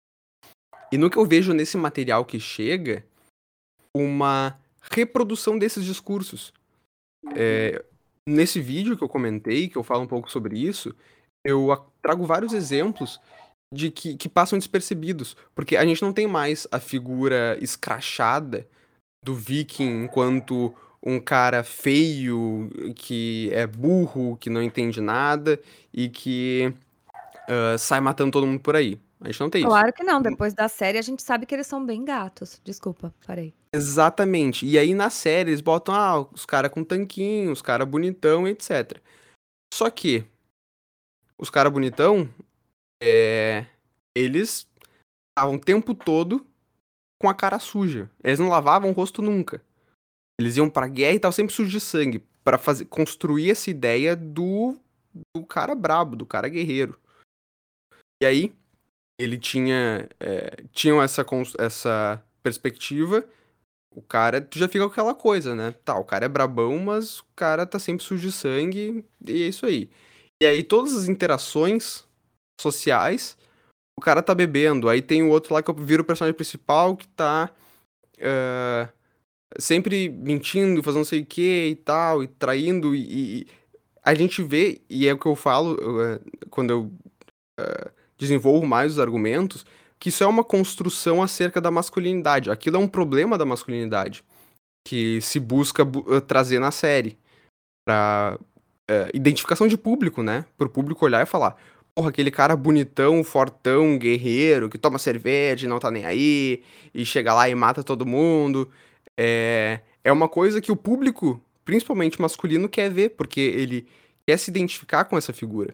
E no que eu vejo nesse material que chega, uma reprodução desses discursos. É, nesse vídeo que eu comentei, que eu falo um pouco sobre isso, eu trago vários exemplos de que, que passam despercebidos, porque a gente não tem mais a figura escrachada do viking enquanto um cara feio, que é burro, que não entende nada e que uh, sai matando todo mundo por aí. A gente não tem isso. Claro que não, depois da série a gente sabe que eles são bem gatos. Desculpa, parei. Exatamente. E aí na série eles botam ah, os caras com tanquinho, os caras bonitão, etcétera. Só que os caras bonitão, é... eles estavam o tempo todo com a cara suja. Eles não lavavam o rosto nunca. Eles iam pra guerra e estavam sempre sujos de sangue. Pra fazer... construir essa ideia do... do cara brabo, do cara guerreiro. E aí, ele tinha... É... tinham essa, essa perspectiva. O cara, tu já fica com aquela coisa, né? Tá, o cara é brabão, mas o cara tá sempre sujo de sangue e é isso aí. E aí, todas as interações sociais, o cara tá bebendo. Aí tem o outro lá que vira o personagem principal que tá uh, sempre mentindo, fazendo não sei o que e tal, e traindo. E, e a gente vê, e é o que eu falo uh, quando eu uh, desenvolvo mais os argumentos, que isso é uma construção acerca da masculinidade. Aquilo é um problema da masculinidade que se busca bu- trazer na série. Pra uh, identificação de público, né? Pro público olhar e falar... Porra, aquele cara bonitão, fortão, guerreiro, que toma cerveja e não tá nem aí, e chega lá e mata todo mundo. É, é uma coisa que o público, principalmente masculino, quer ver, porque ele quer se identificar com essa figura.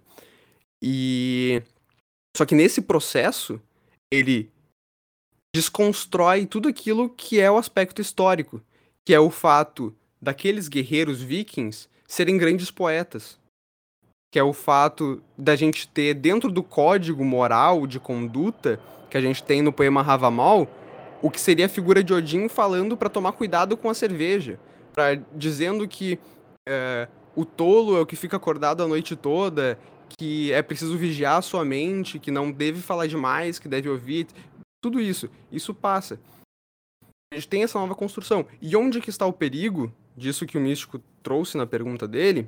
E só que nesse processo, ele desconstrói tudo aquilo que é o aspecto histórico, que é o fato daqueles guerreiros vikings serem grandes poetas. Que é o fato da gente ter dentro do código moral de conduta que a gente tem no poema Havamal, o que seria a figura de Odin falando para tomar cuidado com a cerveja, para dizendo que é, o tolo é o que fica acordado a noite toda, que é preciso vigiar a sua mente, que não deve falar demais, que deve ouvir, tudo isso, isso passa. A gente tem essa nova construção. E onde que está o perigo disso que o místico trouxe na pergunta dele?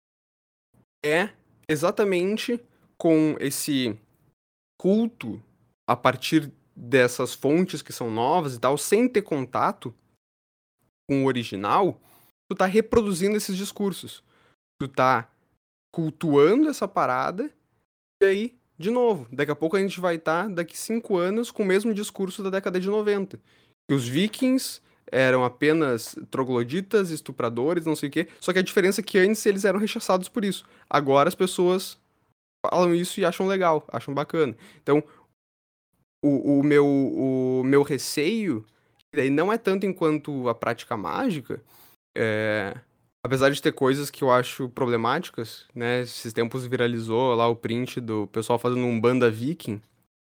É exatamente com esse culto a partir dessas fontes que são novas e tal, sem ter contato com o original, tu tá reproduzindo esses discursos. Tu tá cultuando essa parada, e aí, de novo, daqui a pouco a gente vai estar, daqui cinco anos, com o mesmo discurso da década de noventa. Que os vikings eram apenas trogloditas, estupradores, não sei o quê, só que a diferença é que antes eles eram rechaçados por isso. Agora as pessoas falam isso e acham legal, acham bacana. Então, o, o, meu, o meu receio, daí não é tanto enquanto a prática mágica, é, apesar de ter coisas que eu acho problemáticas, né? Esses tempos viralizou lá o print do pessoal fazendo um banda viking,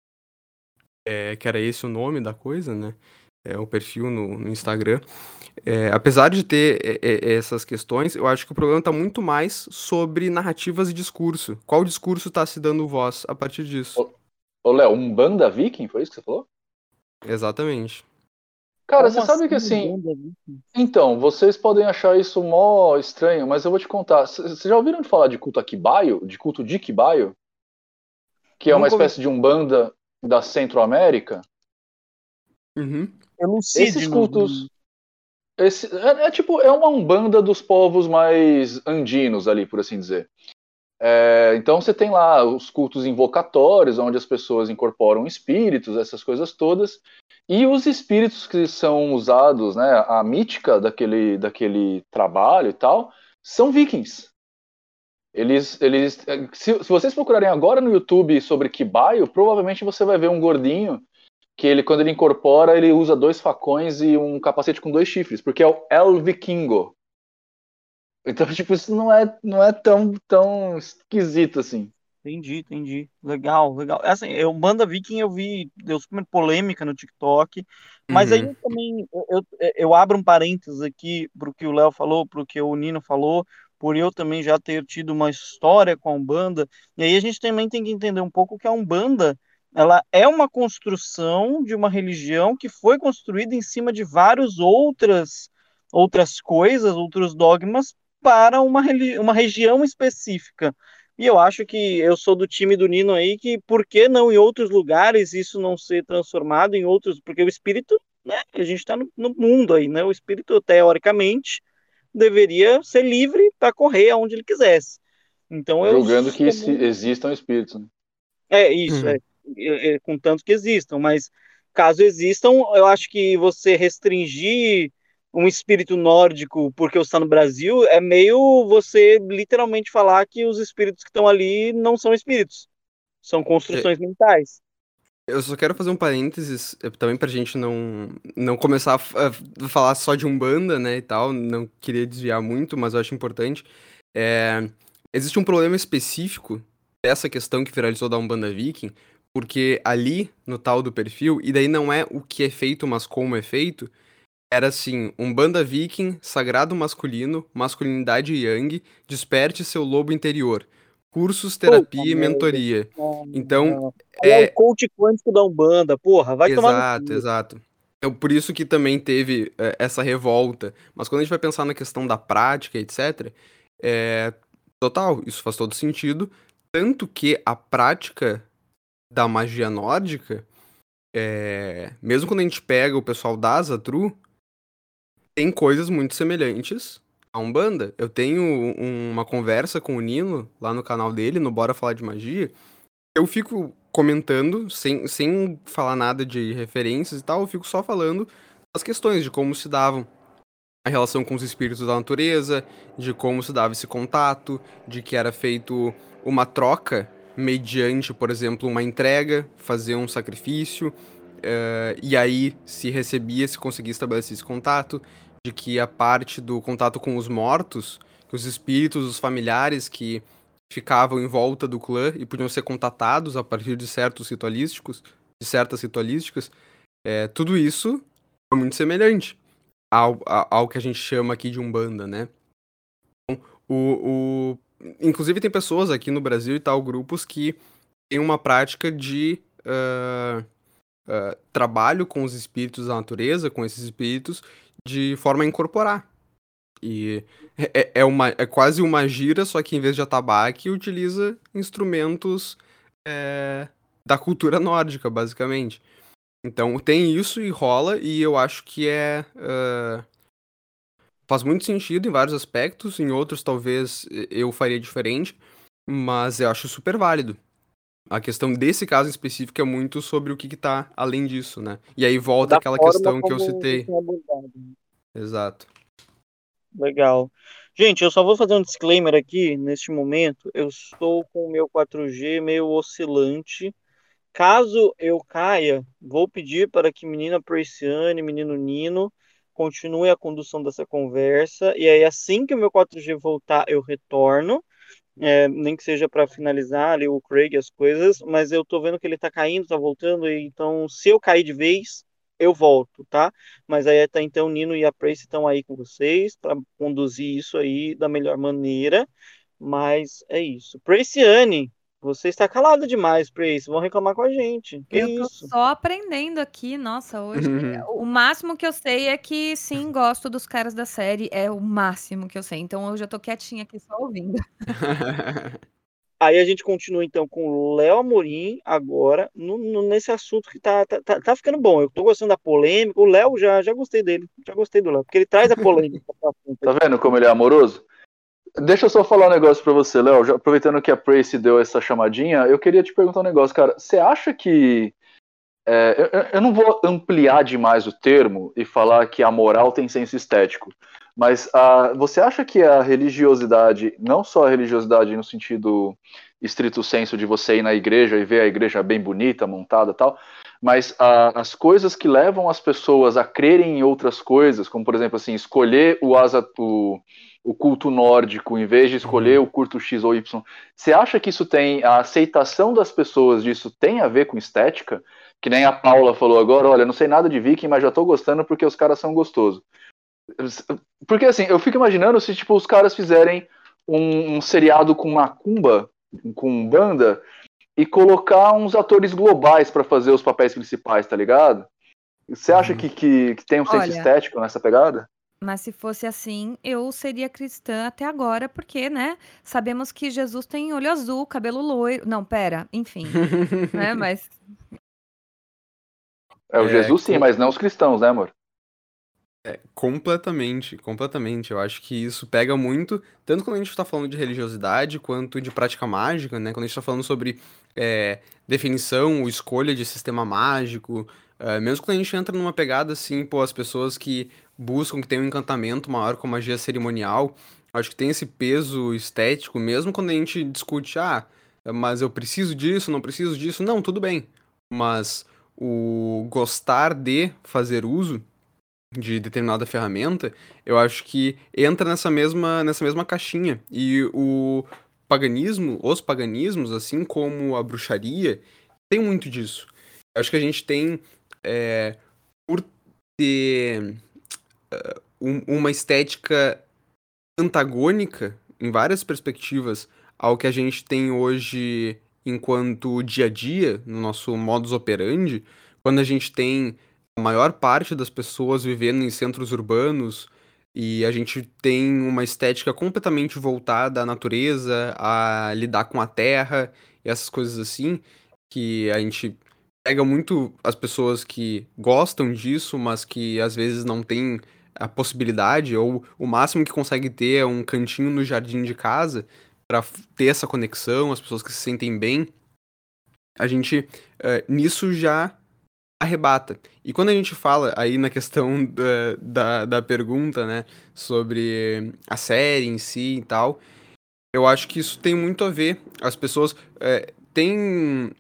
é, que era esse o nome da coisa, né? É o perfil no, no Instagram. É, apesar de ter é, é, essas questões, eu acho que o problema está muito mais sobre narrativas e discurso. Qual discurso está se dando voz a partir disso? Ô, ô Léo, um banda viking, foi isso que você falou? Exatamente. Cara, Como você sabe assim, que assim. banda viking? Então, vocês podem achar isso mó estranho, mas eu vou te contar. C- Vocês já ouviram falar de culto a Kibaio? De culto de Kibaio? Que é uma Nunca ouvi espécie de umbanda da Centro-América? Uhum. Esses Elucide-nos. cultos. Esse, é, é tipo, é uma umbanda dos povos mais andinos ali, por assim dizer. É, então você tem lá os cultos invocatórios, onde as pessoas incorporam espíritos, essas coisas todas. E os espíritos que são usados, né, a mítica daquele, daquele trabalho e tal, são vikings. Eles, eles, se, se vocês procurarem agora no YouTube sobre Kibaio, provavelmente você vai ver um gordinho que ele, quando ele incorpora, ele usa dois facões e um capacete com dois chifres, porque é o El Vikingo. Então, tipo, isso não é, não é tão, tão esquisito assim. Entendi, entendi. Legal, legal. Assim, eu, Banda Viking eu vi, deu super polêmica no TikTok, mas aí Uhum. eu também, eu, eu, eu abro um parênteses aqui pro que o Léo falou, pro que o Nino falou, por eu também já ter tido uma história com a Umbanda, e aí a gente também tem que entender um pouco que a Umbanda, ela é uma construção de uma religião que foi construída em cima de várias outras, outras coisas, outros dogmas, para uma, religi- uma região específica. E eu acho que eu sou do time do Nino aí, que por que não em outros lugares isso não ser transformado em outros? Porque o espírito, né, a gente está no, no mundo aí, né? O espírito, teoricamente, deveria ser livre para correr aonde ele quisesse. Então eu Julgando que esse- também. existam espíritos, né? É isso, é, Uhum. é, é, contanto que existam, mas caso existam, eu acho que você restringir um espírito nórdico porque você está no Brasil é meio você literalmente falar que os espíritos que estão ali não são espíritos, são É, construções mentais. eu só quero fazer um parênteses é, também pra gente não, não começar a, f- a falar só de Umbanda, né, e tal. Não queria desviar muito, mas eu acho importante. É, existe um problema específico dessa questão que viralizou da Umbanda Viking, porque ali no tal do perfil, e daí não é o que é feito, mas como é feito, era assim, Umbanda Viking, sagrado masculino, masculinidade yang, desperte seu lobo interior, cursos, Puta terapia e merda. mentoria. Não, Então, não. Aí é o é coach quântico da Umbanda, porra, vai tomar no exato, cu. exato. Então, por isso que também teve é, essa revolta. Mas quando a gente vai pensar na questão da prática, etcétera, é total, isso faz todo sentido. Tanto que a prática da magia nórdica, é, mesmo quando a gente pega o pessoal da Asatru, tem coisas muito semelhantes a Umbanda. Eu tenho um- uma conversa com o Nino lá no canal dele, no Bora Falar de Magia. Eu fico comentando, sem, sem falar nada de referências e tal, eu fico só falando as questões de como se davam a relação com os espíritos da natureza, de como se dava esse contato, de que era feito uma troca mediante, por exemplo, uma entrega, fazer um sacrifício, eh, e aí se recebia, se conseguia estabelecer esse contato, de que a parte do contato com os mortos, que os espíritos, os familiares que ficavam em volta do clã e podiam ser contatados a partir de certos ritualísticos, de certas ritualísticas, eh, tudo isso é muito semelhante ao, a- ao que a gente chama aqui de Umbanda, né? O, o... Inclusive tem pessoas aqui no Brasil e tal, grupos que têm uma prática de uh, uh, trabalho com os espíritos da natureza, com esses espíritos, de forma a incorporar. E é, é, uma, é quase uma gira, só que em vez de atabaque, utiliza instrumentos é, da cultura nórdica, basicamente. Então tem isso e rola, e eu acho que é... Uh, faz muito sentido em vários aspectos, em outros talvez eu faria diferente, mas eu acho super válido. A questão desse caso em específico é muito sobre o que que tá além disso, né? E aí volta Da aquela forma questão que eu como citei. isso é abordado. Exato. Legal. Gente, eu só vou fazer um disclaimer aqui neste momento. Eu estou com o meu quatro G meio oscilante. Caso eu caia, vou pedir para que menina Perciane, menino Nino, continue a condução dessa conversa. E aí, assim que o meu quatro G voltar, eu retorno. É, nem que seja para finalizar ali o Craig e as coisas, mas eu tô vendo que ele tá caindo, tá voltando, e então se eu cair de vez, eu volto, tá? Mas aí até então o Nino e a Prace estão aí com vocês para conduzir isso aí da melhor maneira, mas é isso. Praciane, você está calada demais, Prace, vão reclamar com a gente. Que Eu tô isso? só aprendendo aqui. Nossa, hoje o máximo que eu sei é que sim, gosto dos caras da série. É o máximo que eu sei. Então eu já tô quietinha aqui só ouvindo. Aí a gente continua então com o Léo Amorim agora, no, no- nesse assunto que tá, tá, tá, tá ficando bom. Eu tô gostando da polêmica. O Léo já, já gostei dele, já gostei do Léo, porque ele traz a polêmica pra assunto Tá aqui. vendo como ele é amoroso? Deixa eu só falar um negócio pra você, Léo. Já aproveitando que a Prace deu essa chamadinha, eu queria te perguntar um negócio, cara. Você acha que. é, eu, eu não vou ampliar demais o termo e falar que a moral tem senso estético, mas ah, você acha que a religiosidade, não só a religiosidade no sentido estrito senso de você ir na igreja e ver a igreja bem bonita, montada e tal, mas ah, as coisas que levam as pessoas a crerem em outras coisas, como por exemplo assim, escolher o asa, o, o culto nórdico em vez de escolher Uhum. o culto X ou Y, você acha que isso tem, a aceitação das pessoas disso tem a ver com estética? Que nem a Paula falou agora, olha, não sei nada de Viking, mas já tô gostando porque os caras são gostosos. Porque assim, eu fico imaginando se tipo os caras fizerem um, um seriado com macumba, com banda, e colocar uns atores globais pra fazer os papéis principais, tá ligado? Você acha Uhum. que, que, que tem um senso Olha, estético nessa pegada? mas se fosse assim, eu seria cristã até agora, porque, né, sabemos que Jesus tem olho azul, cabelo loiro. Não, pera, enfim, né? Mas É o É, Jesus sim, com- mas não os cristãos, né, amor? completamente, completamente. Eu acho que isso pega muito, tanto quando a gente tá falando de religiosidade, quanto de prática mágica, né? Quando a gente tá falando sobre é, definição ou escolha de sistema mágico, é, mesmo quando a gente entra numa pegada assim, pô, as pessoas que buscam, que tem um encantamento maior com magia cerimonial, acho que tem esse peso estético, mesmo quando a gente discute, ah, mas eu preciso disso, não preciso disso, não, tudo bem. Mas o gostar de fazer uso de determinada ferramenta, eu acho que entra nessa mesma, nessa mesma caixinha. E o paganismo, os paganismos, assim como a bruxaria, tem muito disso. Eu acho que a gente tem, é, por ter um- uma estética antagônica em várias perspectivas ao que a gente tem hoje enquanto dia a dia, no nosso modus operandi, quando a gente tem a maior parte das pessoas vivendo em centros urbanos e a gente tem uma estética completamente voltada à natureza, a lidar com a terra e essas coisas assim, que a gente pega muito as pessoas que gostam disso, mas que às vezes não têm a possibilidade, ou o máximo que consegue ter é um cantinho no jardim de casa para ter essa conexão, as pessoas que se sentem bem, a gente eh, nisso já arrebata. E quando a gente fala aí na questão da, da, da pergunta, né, sobre a série em si e tal, eu acho que isso tem muito a ver. As pessoas eh, têm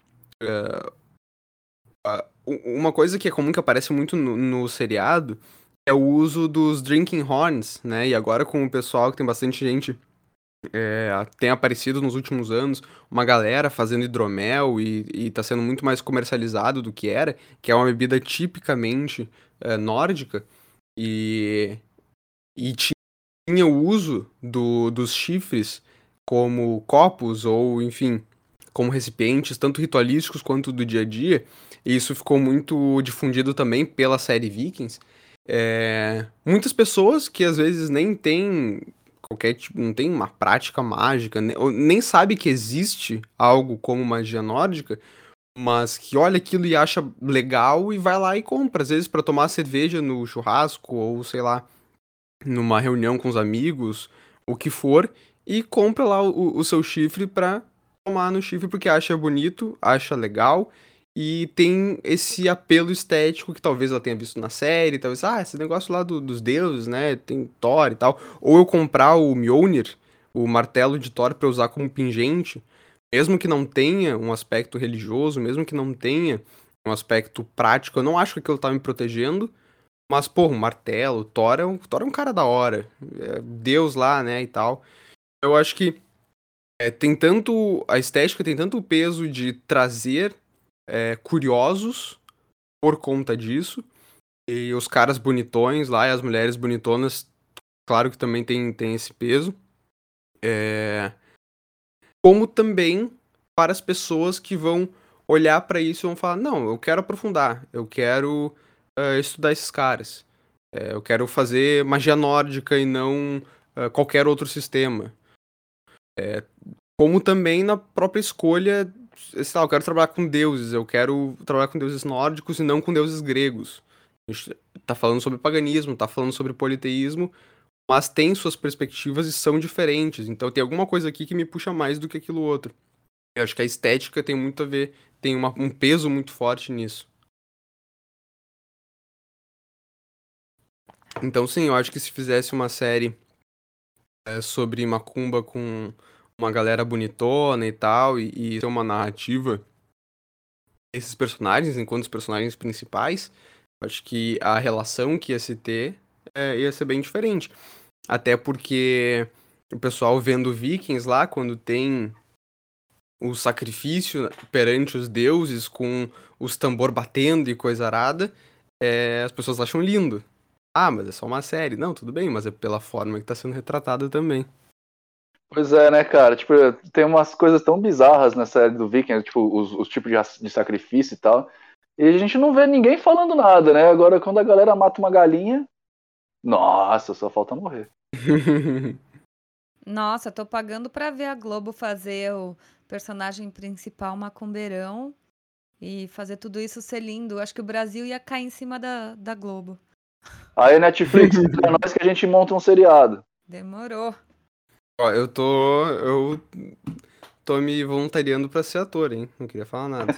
u- uma coisa que é comum que aparece muito no, no seriado é o uso dos drinking horns, né? E agora com o pessoal que tem bastante gente é, tem aparecido nos últimos anos uma galera fazendo hidromel e, e tá sendo muito mais comercializado do que era, que é uma bebida tipicamente é, nórdica e, e tinha o uso do, dos chifres como copos ou, enfim, como recipientes, tanto ritualísticos quanto do dia a dia, e isso ficou muito difundido também pela série Vikings. É, muitas pessoas que às vezes nem têm qualquer tipo, não tem uma prática mágica, ne- ou nem sabe que existe algo como magia nórdica, mas que olha aquilo e acha legal e vai lá e compra, às vezes para tomar cerveja no churrasco ou sei lá, numa reunião com os amigos, o que for, e compra lá o, o seu chifre pra tomar no chifre porque acha bonito, acha legal e tem esse apelo estético que talvez ela tenha visto na série, talvez, ah, esse negócio lá do- dos deuses, né, tem Thor e tal, ou eu comprar o Mjolnir, o martelo de Thor pra usar como pingente, mesmo que não tenha um aspecto religioso, mesmo que não tenha um aspecto prático, eu não acho que aquilo tá me protegendo, mas, pô, um martelo, Thor é um, Thor é um cara da hora. É Deus lá, né, e tal. Eu acho que é, tem tanto. A estética tem tanto o peso de trazer é, curiosos por conta disso. E os caras bonitões lá e as mulheres bonitonas, claro que também tem, tem esse peso. É, como também para as pessoas que vão olhar para isso e vão falar: não, eu quero aprofundar, eu quero eh, estudar esses caras. É, eu quero fazer magia nórdica e não eh, qualquer outro sistema. Como também na própria escolha, sei lá, eu quero trabalhar com deuses, eu quero trabalhar com deuses nórdicos e não com deuses gregos. A gente tá falando sobre paganismo, tá falando sobre politeísmo, mas tem suas perspectivas e são diferentes. Então tem alguma coisa aqui que me puxa mais do que aquilo outro. Eu acho que a estética tem muito a ver, tem uma- um peso muito forte nisso. Então, sim, eu acho que se fizesse uma série é, sobre macumba com uma galera bonitona e tal, e, e ter uma narrativa desses personagens enquanto os personagens principais, eu acho que a relação que ia se ter é, ia ser bem diferente. Até porque o pessoal vendo Vikings lá, quando tem o sacrifício perante os deuses com os tambor batendo e coisa arada, é, as pessoas acham lindo. Ah, mas é só uma série. Não, tudo bem, mas é pela forma que tá sendo retratada também. Pois é, né, cara? Tipo, tem umas coisas tão bizarras na série do Viking, tipo, os, os tipos de, as- de sacrifício e tal. E a gente não vê ninguém falando nada, né? Agora, quando a galera mata uma galinha, nossa, só falta morrer. Nossa, tô pagando pra ver a Globo fazer o personagem principal macumbeirão e fazer tudo isso ser lindo. Acho que o Brasil ia cair em cima da, da Globo. Aí, Netflix, pra nós que a gente monta um seriado. Demorou. Ó, eu tô. Eu tô me voluntariando pra ser ator, hein? Não queria falar nada.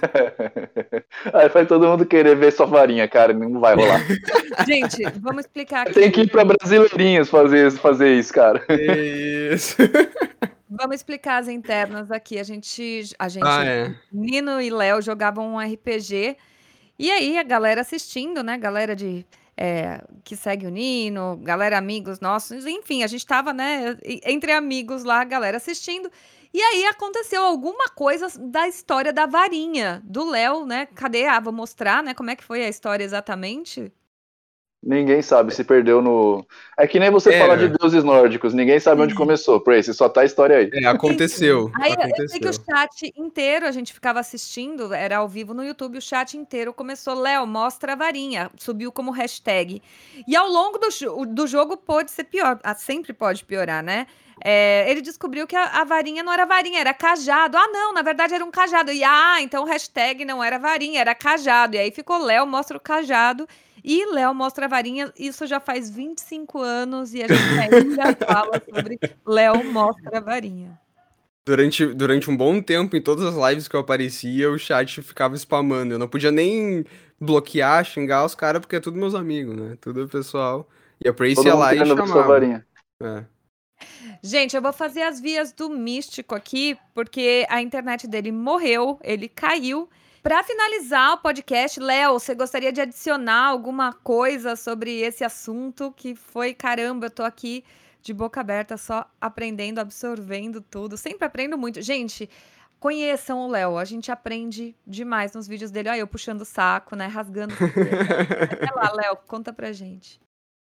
Aí vai todo mundo querer ver sua varinha, cara, não vai rolar. Gente, vamos explicar aqui. Tem que ir pra Brasileirinhos fazer, fazer isso, cara. Isso. Vamos explicar as internas aqui. A gente, a gente, Ah, é. Nino e Léo jogavam um R P G. E aí a galera assistindo, né? Galera de é, que segue o Nino, galera amigos nossos, enfim, a gente tava, né, e- entre amigos lá, a galera assistindo. E aí aconteceu alguma coisa da história da varinha do Léo, né? Cadê? Ah, vou mostrar, né? Como é que foi a história exatamente? Ninguém sabe, se perdeu no. É que nem você falar de É, deuses nórdicos, ninguém sabe onde começou. Prace, só tá a história aí. é, Enfim, aconteceu. aí eu eu sei que o Aconteceu. chat inteiro, a gente ficava assistindo, era ao vivo no YouTube, o chat inteiro começou, Léo, mostra a varinha, subiu como hashtag. E ao longo do, jo- do jogo pode ser pior, ah, sempre pode piorar, né? É, ele descobriu que a, a varinha não era varinha, era cajado. Ah, não, na verdade era um cajado. E ah, então o hashtag não era varinha, era cajado. E aí ficou Léo, mostra o cajado. E Léo mostra a varinha, isso já faz vinte e cinco anos e a gente ainda fala sobre Léo mostra a varinha. Durante, durante um bom tempo, em todas as lives que eu aparecia, o chat ficava spamando. Eu não podia nem bloquear, xingar os caras, porque é tudo meus amigos, né? Tudo pessoal. E a Prace Todo ia mundo lá e querendo ver sua chamava. varinha. É. Gente, eu vou fazer as vias do místico aqui, porque a internet dele morreu, ele caiu. Para finalizar o podcast, Léo, você gostaria de adicionar alguma coisa sobre esse assunto que foi, caramba, eu tô aqui de boca aberta, só aprendendo, absorvendo tudo. Sempre aprendo muito. Gente, conheçam o Léo, a gente aprende demais nos vídeos dele. Olha, eu puxando o saco, né? Rasgando. Vai lá, Léo, conta pra gente.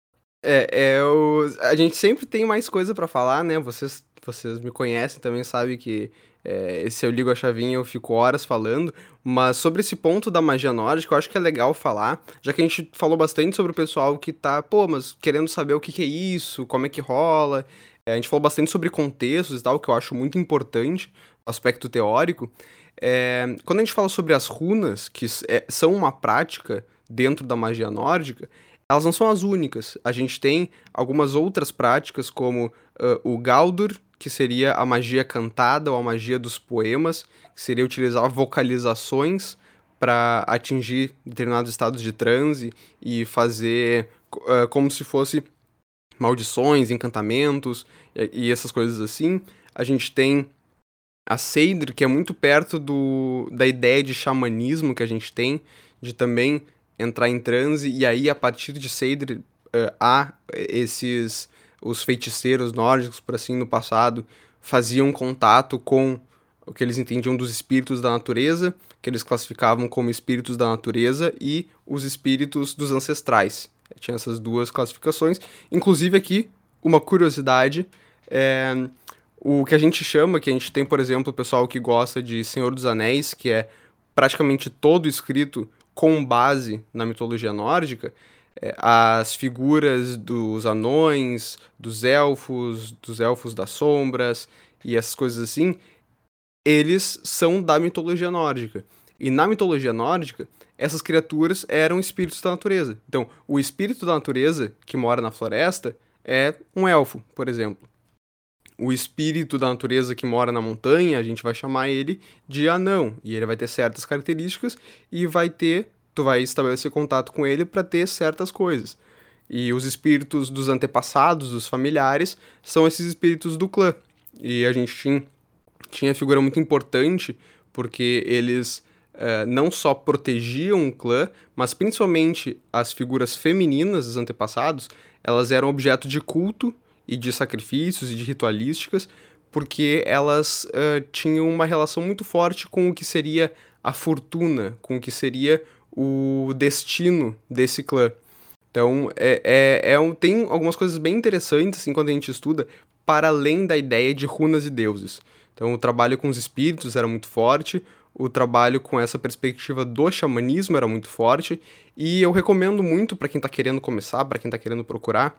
É, é o... a gente sempre tem mais coisa pra falar, né? Vocês, vocês me conhecem também, sabem que é, se eu ligo a chavinha eu fico horas falando, mas sobre esse ponto da magia nórdica, eu acho que é legal falar, já que a gente falou bastante sobre o pessoal que tá, pô, mas querendo saber o que que é isso, como é que rola. É, a gente falou bastante sobre contextos e tal, que eu acho muito importante, o aspecto teórico. É, quando a gente fala sobre as runas, que s- é- são uma prática dentro da magia nórdica, elas não são as únicas. A gente tem algumas outras práticas, como ah, o Gaudur, que seria a magia cantada ou a magia dos poemas, que seria utilizar vocalizações para atingir determinados estados de transe e fazer co- ah, como se fosse maldições, encantamentos e, e essas coisas assim. A gente tem a Seidr, que é muito perto do, da ideia de xamanismo que a gente tem, de também entrar em transe, e aí a partir de Seidr eh, há esses, os feiticeiros nórdicos, por assim, no passado, faziam contato com o que eles entendiam dos espíritos da natureza, que eles classificavam como espíritos da natureza, e os espíritos dos ancestrais. Tinha essas duas classificações. Inclusive aqui, uma curiosidade, é, o que a gente chama, que a gente tem, por exemplo, o pessoal que gosta de Senhor dos Anéis, que é praticamente todo escrito com base na mitologia nórdica, é, as figuras dos anões, dos elfos, dos elfos das sombras e essas coisas assim, eles são da mitologia nórdica. E na mitologia nórdica, essas criaturas eram espíritos da natureza. Então, o espírito da natureza que mora na floresta é um elfo, por exemplo. O espírito da natureza que mora na montanha, a gente vai chamar ele de anão, e ele vai ter certas características e vai ter, tu vai estabelecer contato com ele para ter certas coisas. E os espíritos dos antepassados, dos familiares, são esses espíritos do clã. E a gente tinha, tinha figura muito importante porque eles eh, não só protegiam o clã, mas principalmente as figuras femininas dos antepassados, elas eram objeto de culto e de sacrifícios e de ritualísticas, porque elas eh, tinham uma relação muito forte com o que seria a fortuna, com o que seria o destino desse clã. Então, é, é, é um, tem algumas coisas bem interessantes, assim, quando a gente estuda, para além da ideia de runas e deuses. Então, o trabalho com os espíritos era muito forte, o trabalho com essa perspectiva do xamanismo era muito forte, e eu recomendo muito para quem está querendo começar, para quem está querendo procurar,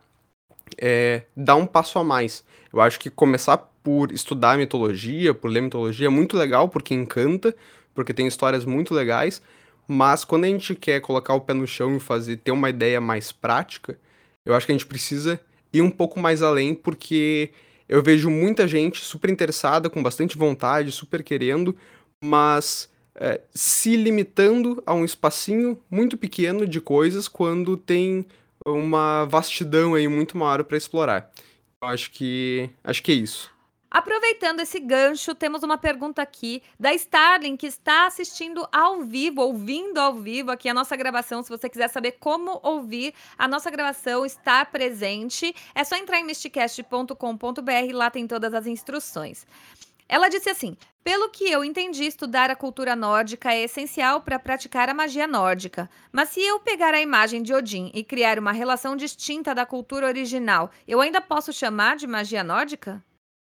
é, dar um passo a mais. Eu acho que começar por estudar mitologia, por ler mitologia, é muito legal, porque encanta, porque tem histórias muito legais, mas quando a gente quer colocar o pé no chão e fazer, ter uma ideia mais prática, eu acho que a gente precisa ir um pouco mais além, porque eu vejo muita gente super interessada, com bastante vontade, super querendo, mas é, se limitando a um espacinho muito pequeno de coisas quando tem uma vastidão aí muito maior para explorar. Eu acho que acho que é isso. Aproveitando esse gancho, temos uma pergunta aqui da Starling, que está assistindo ao vivo, ouvindo ao vivo aqui a nossa gravação. Se você quiser saber como ouvir a nossa gravação, está presente. É só entrar em mysticast ponto com ponto b r, lá tem todas as instruções. Ela disse assim: pelo que eu entendi, estudar a cultura nórdica é essencial para praticar a magia nórdica. Mas se eu pegar a imagem de Odin e criar uma relação distinta da cultura original, eu ainda posso chamar de magia nórdica?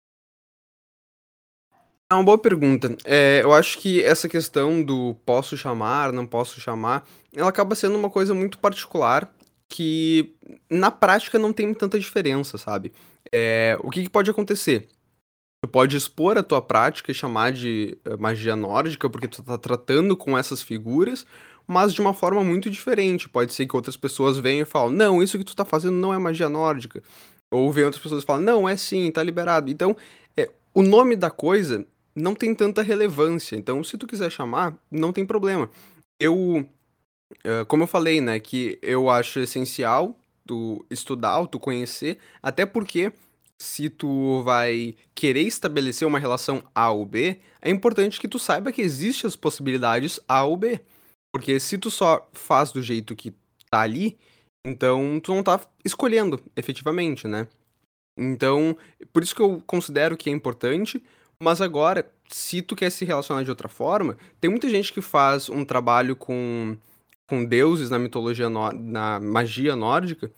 É uma boa pergunta. É, eu acho que essa questão do posso chamar, não posso chamar, ela acaba sendo uma coisa muito particular que na prática não tem tanta diferença, sabe? É, o que que pode acontecer? Tu pode expor a tua prática e chamar de eh, magia nórdica, porque tu tá tratando com essas figuras, mas de uma forma muito diferente. Pode ser que outras pessoas venham e falem, não, isso que tu tá fazendo não é magia nórdica. Ou vem outras pessoas e falam, não, é sim, tá liberado. Então, é, o nome da coisa não tem tanta relevância. Então, se tu quiser chamar, não tem problema. Eu, eh, como eu falei, né, que eu acho essencial tu estudar, tu conhecer, até porque se tu vai querer estabelecer uma relação A ou B, é importante que tu saiba que existem as possibilidades A ou B. Porque se tu só faz do jeito que tá ali, então tu não tá escolhendo, efetivamente, né? Então, por isso que eu considero que é importante, mas agora, se tu quer se relacionar de outra forma, tem muita gente que faz um trabalho com, com deuses na mitologia, nó- na magia nórdica,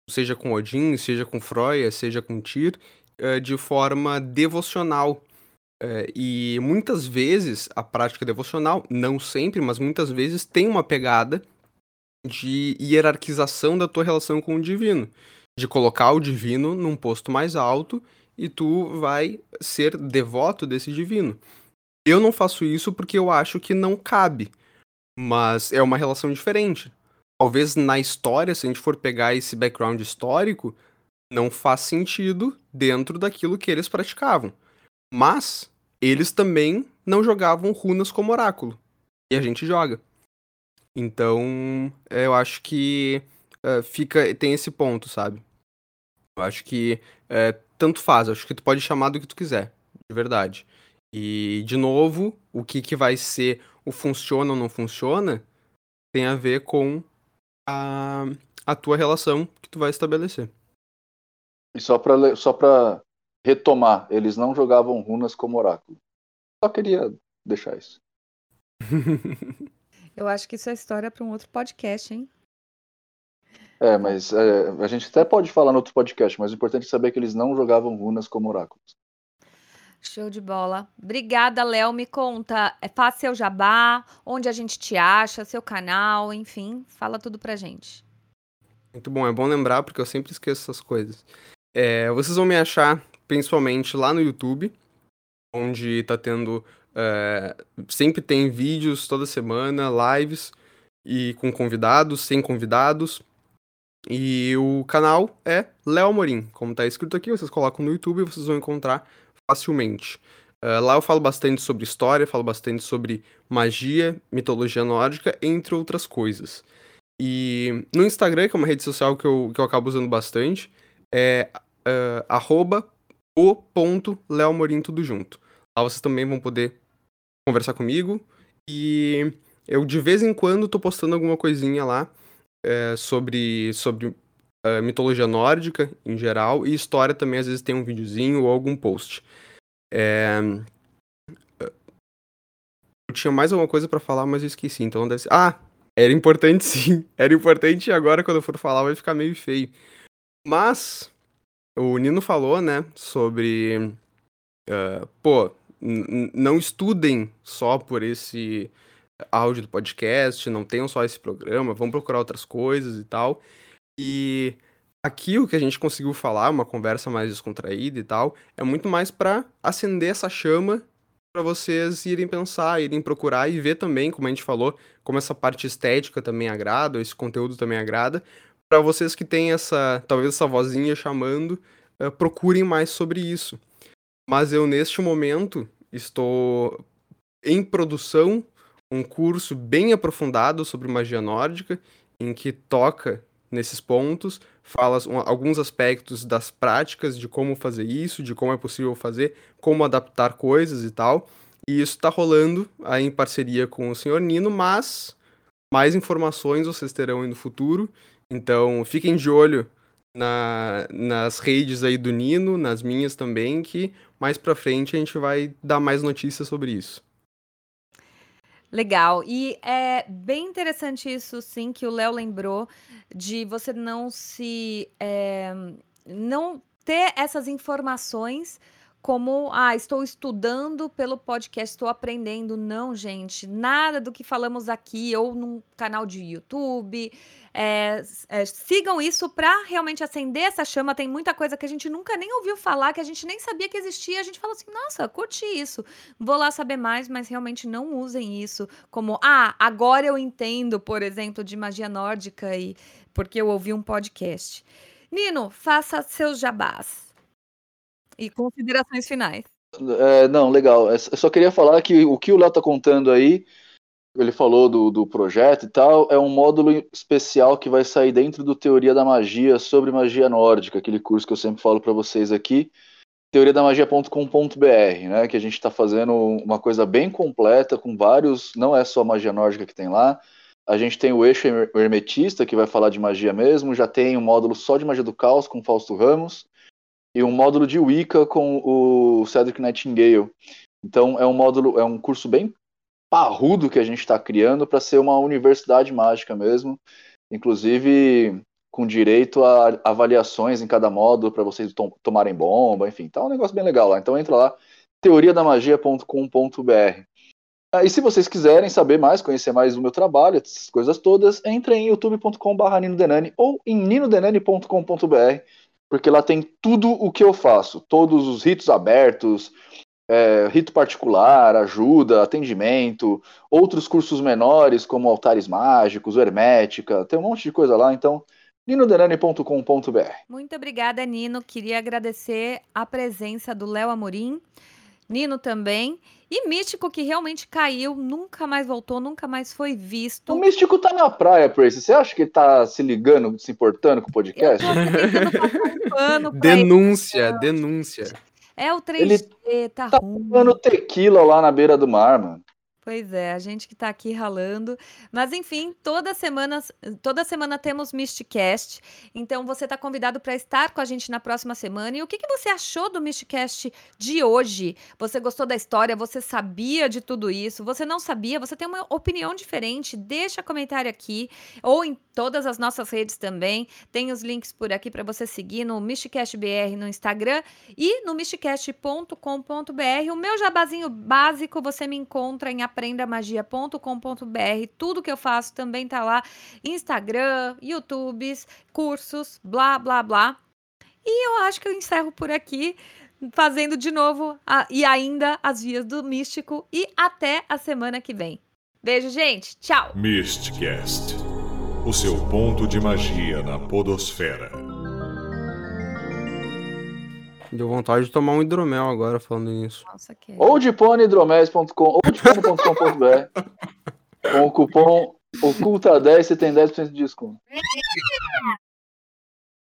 seja com Odin, seja com Freya, seja com Tyr, uh, de forma devocional. Uh, e muitas vezes a prática devocional, não sempre, mas muitas vezes tem uma pegada de hierarquização da tua relação com o divino, de colocar o divino num posto mais alto e tu vai ser devoto desse divino. Eu não faço isso porque eu acho que não cabe, mas é uma relação diferente. Talvez na história, se a gente for pegar esse background histórico, não faz sentido dentro daquilo que eles praticavam. Mas eles também não jogavam runas como oráculo. E a gente joga. Então, eu acho que uh, fica, tem esse ponto, sabe? Eu acho que uh, tanto faz, eu acho que tu pode chamar do que tu quiser, de verdade. E, de novo, o que, que vai ser o funciona ou não funciona tem a ver com a, a tua relação que tu vai estabelecer. E só pra, só pra retomar, eles não jogavam runas como oráculo. Só queria deixar isso. Eu acho que isso é história para um outro podcast, hein? É, mas é, a gente até pode falar no outro podcast, mas o importante é saber que eles não jogavam runas como oráculos. Show de bola. Obrigada, Léo. Me conta, é, faz seu jabá, onde a gente te acha, seu canal, enfim, fala tudo pra gente. Muito bom, é bom lembrar porque eu sempre esqueço essas coisas. É, vocês vão me achar principalmente lá no YouTube, onde tá tendo. É, sempre tem vídeos toda semana, lives, e com convidados, sem convidados. E o canal é Léo Amorim. Como tá escrito aqui, vocês colocam no YouTube e vocês vão encontrar facilmente. Uh, lá eu falo bastante sobre história, falo bastante sobre magia, mitologia nórdica, entre outras coisas. E no Instagram, que é uma rede social que eu, que eu acabo usando bastante, é uh, arroba o ponto Léo Amorim tudo junto. Lá vocês também vão poder conversar comigo. E eu de vez em quando tô postando alguma coisinha lá é, sobre, sobre uh, mitologia nórdica em geral, e história também às vezes tem um videozinho ou algum post. É... Eu tinha mais alguma coisa pra falar, mas eu esqueci, então deve ser... Ah! Era importante sim, era importante e agora quando eu for falar vai ficar meio feio. Mas o Nino falou, né, sobre... Uh, pô, n- não estudem só por esse áudio do podcast, não tenham só esse programa, vão procurar outras coisas e tal. E aqui o que a gente conseguiu falar, uma conversa mais descontraída e tal, é muito mais pra acender essa chama pra vocês irem pensar, irem procurar e ver também, como a gente falou, como essa parte estética também agrada, esse conteúdo também agrada, pra vocês que têm essa, talvez essa vozinha chamando, eh, procurem mais sobre isso. Mas eu neste momento estou em produção um curso bem aprofundado sobre magia nórdica, em que toca nesses pontos, fala um, alguns aspectos das práticas, de como fazer isso, de como é possível fazer, como adaptar coisas e tal. E isso está rolando aí em parceria com o senhor Nino, mas mais informações vocês terão aí no futuro. Então fiquem de olho na, nas redes aí do Nino, nas minhas também, que mais pra frente a gente vai dar mais notícias sobre isso. Legal. E é bem interessante isso, sim, que o Léo lembrou de você não se eh, não ter essas informações como, ah, estou estudando pelo podcast, estou aprendendo. Não, gente, nada do que falamos aqui ou num canal de YouTube. É, s- é, sigam isso para realmente acender essa chama. Tem muita coisa que a gente nunca nem ouviu falar, que a gente nem sabia que existia. A gente fala assim, nossa, curti isso. Vou lá saber mais, mas realmente não usem isso como, ah, agora eu entendo, por exemplo, de magia nórdica e porque eu ouvi um podcast. Nino, faça seus jabás e considerações finais. É, não, legal. Eu só queria falar que o que o Léo tá contando aí, ele falou do, do projeto e tal, é um módulo especial que vai sair dentro do Teoria da Magia sobre magia nórdica, aquele curso que eu sempre falo para vocês aqui, teoria da magia ponto com ponto b r, né? Que a gente está fazendo uma coisa bem completa, com vários, não é só magia nórdica que tem lá. A gente tem o eixo hermetista, que vai falar de magia mesmo, já tem um módulo só de magia do caos com Fausto Ramos, e um módulo de Wicca com o Cedric Nightingale. Então é um módulo, é um curso bem parrudo que a gente está criando para ser uma universidade mágica mesmo. Inclusive, com direito a avaliações em cada módulo para vocês tom- tomarem bomba, enfim, tá um negócio bem legal lá. Então entra lá, teoria da magia ponto com ponto b r. Ah, e se vocês quiserem saber mais, conhecer mais do meu trabalho, essas coisas todas, entrem em youtube ponto com barra nino denani ou em nino denani ponto com ponto b r, porque lá tem tudo o que eu faço, todos os ritos abertos, é, rito particular, ajuda, atendimento, outros cursos menores como altares mágicos, hermética, tem um monte de coisa lá, então nino denani ponto com ponto b r. Muito obrigada, Nino. Queria agradecer a presença do Léo Amorim, Nino também, e Místico, que realmente caiu, nunca mais voltou, nunca mais foi visto. O Místico tá na praia, Prace. Você acha que ele tá se ligando, se importando com o Eu podcast? tô tentando passar um pano pra ele. Denúncia, denúncia. É o Ele três G, tá Tá ruim. tomando tequila lá na beira do mar, mano. Pois é, a gente que tá aqui ralando. Mas enfim, toda semana, toda semana temos Mysticast. Então você tá convidado para estar com a gente na próxima semana. E o que, que você achou do Mysticast de hoje? Você gostou da história? Você sabia de tudo isso? Você não sabia? Você tem uma opinião diferente? Deixa comentário aqui ou em todas as nossas redes também. Tem os links por aqui para você seguir no Mysticast B R no Instagram e no mysticast ponto com ponto b r. O meu jabazinho básico você me encontra em aprenda magia ponto com ponto b r. Tudo que eu faço também tá lá. Instagram, YouTube, cursos, blá, blá, blá. E eu acho que eu encerro por aqui, fazendo de novo a, e ainda as vias do místico. E até a semana que vem. Beijo, gente. Tchau. Mistcast, o seu ponto de magia na podosfera. Deu vontade de tomar um hidromel agora, falando nisso. Nossa, que... oldpony hidroméis ponto com, oldpony ponto com ponto b r. Com o cupom oculta dez você tem dez por cento de desconto.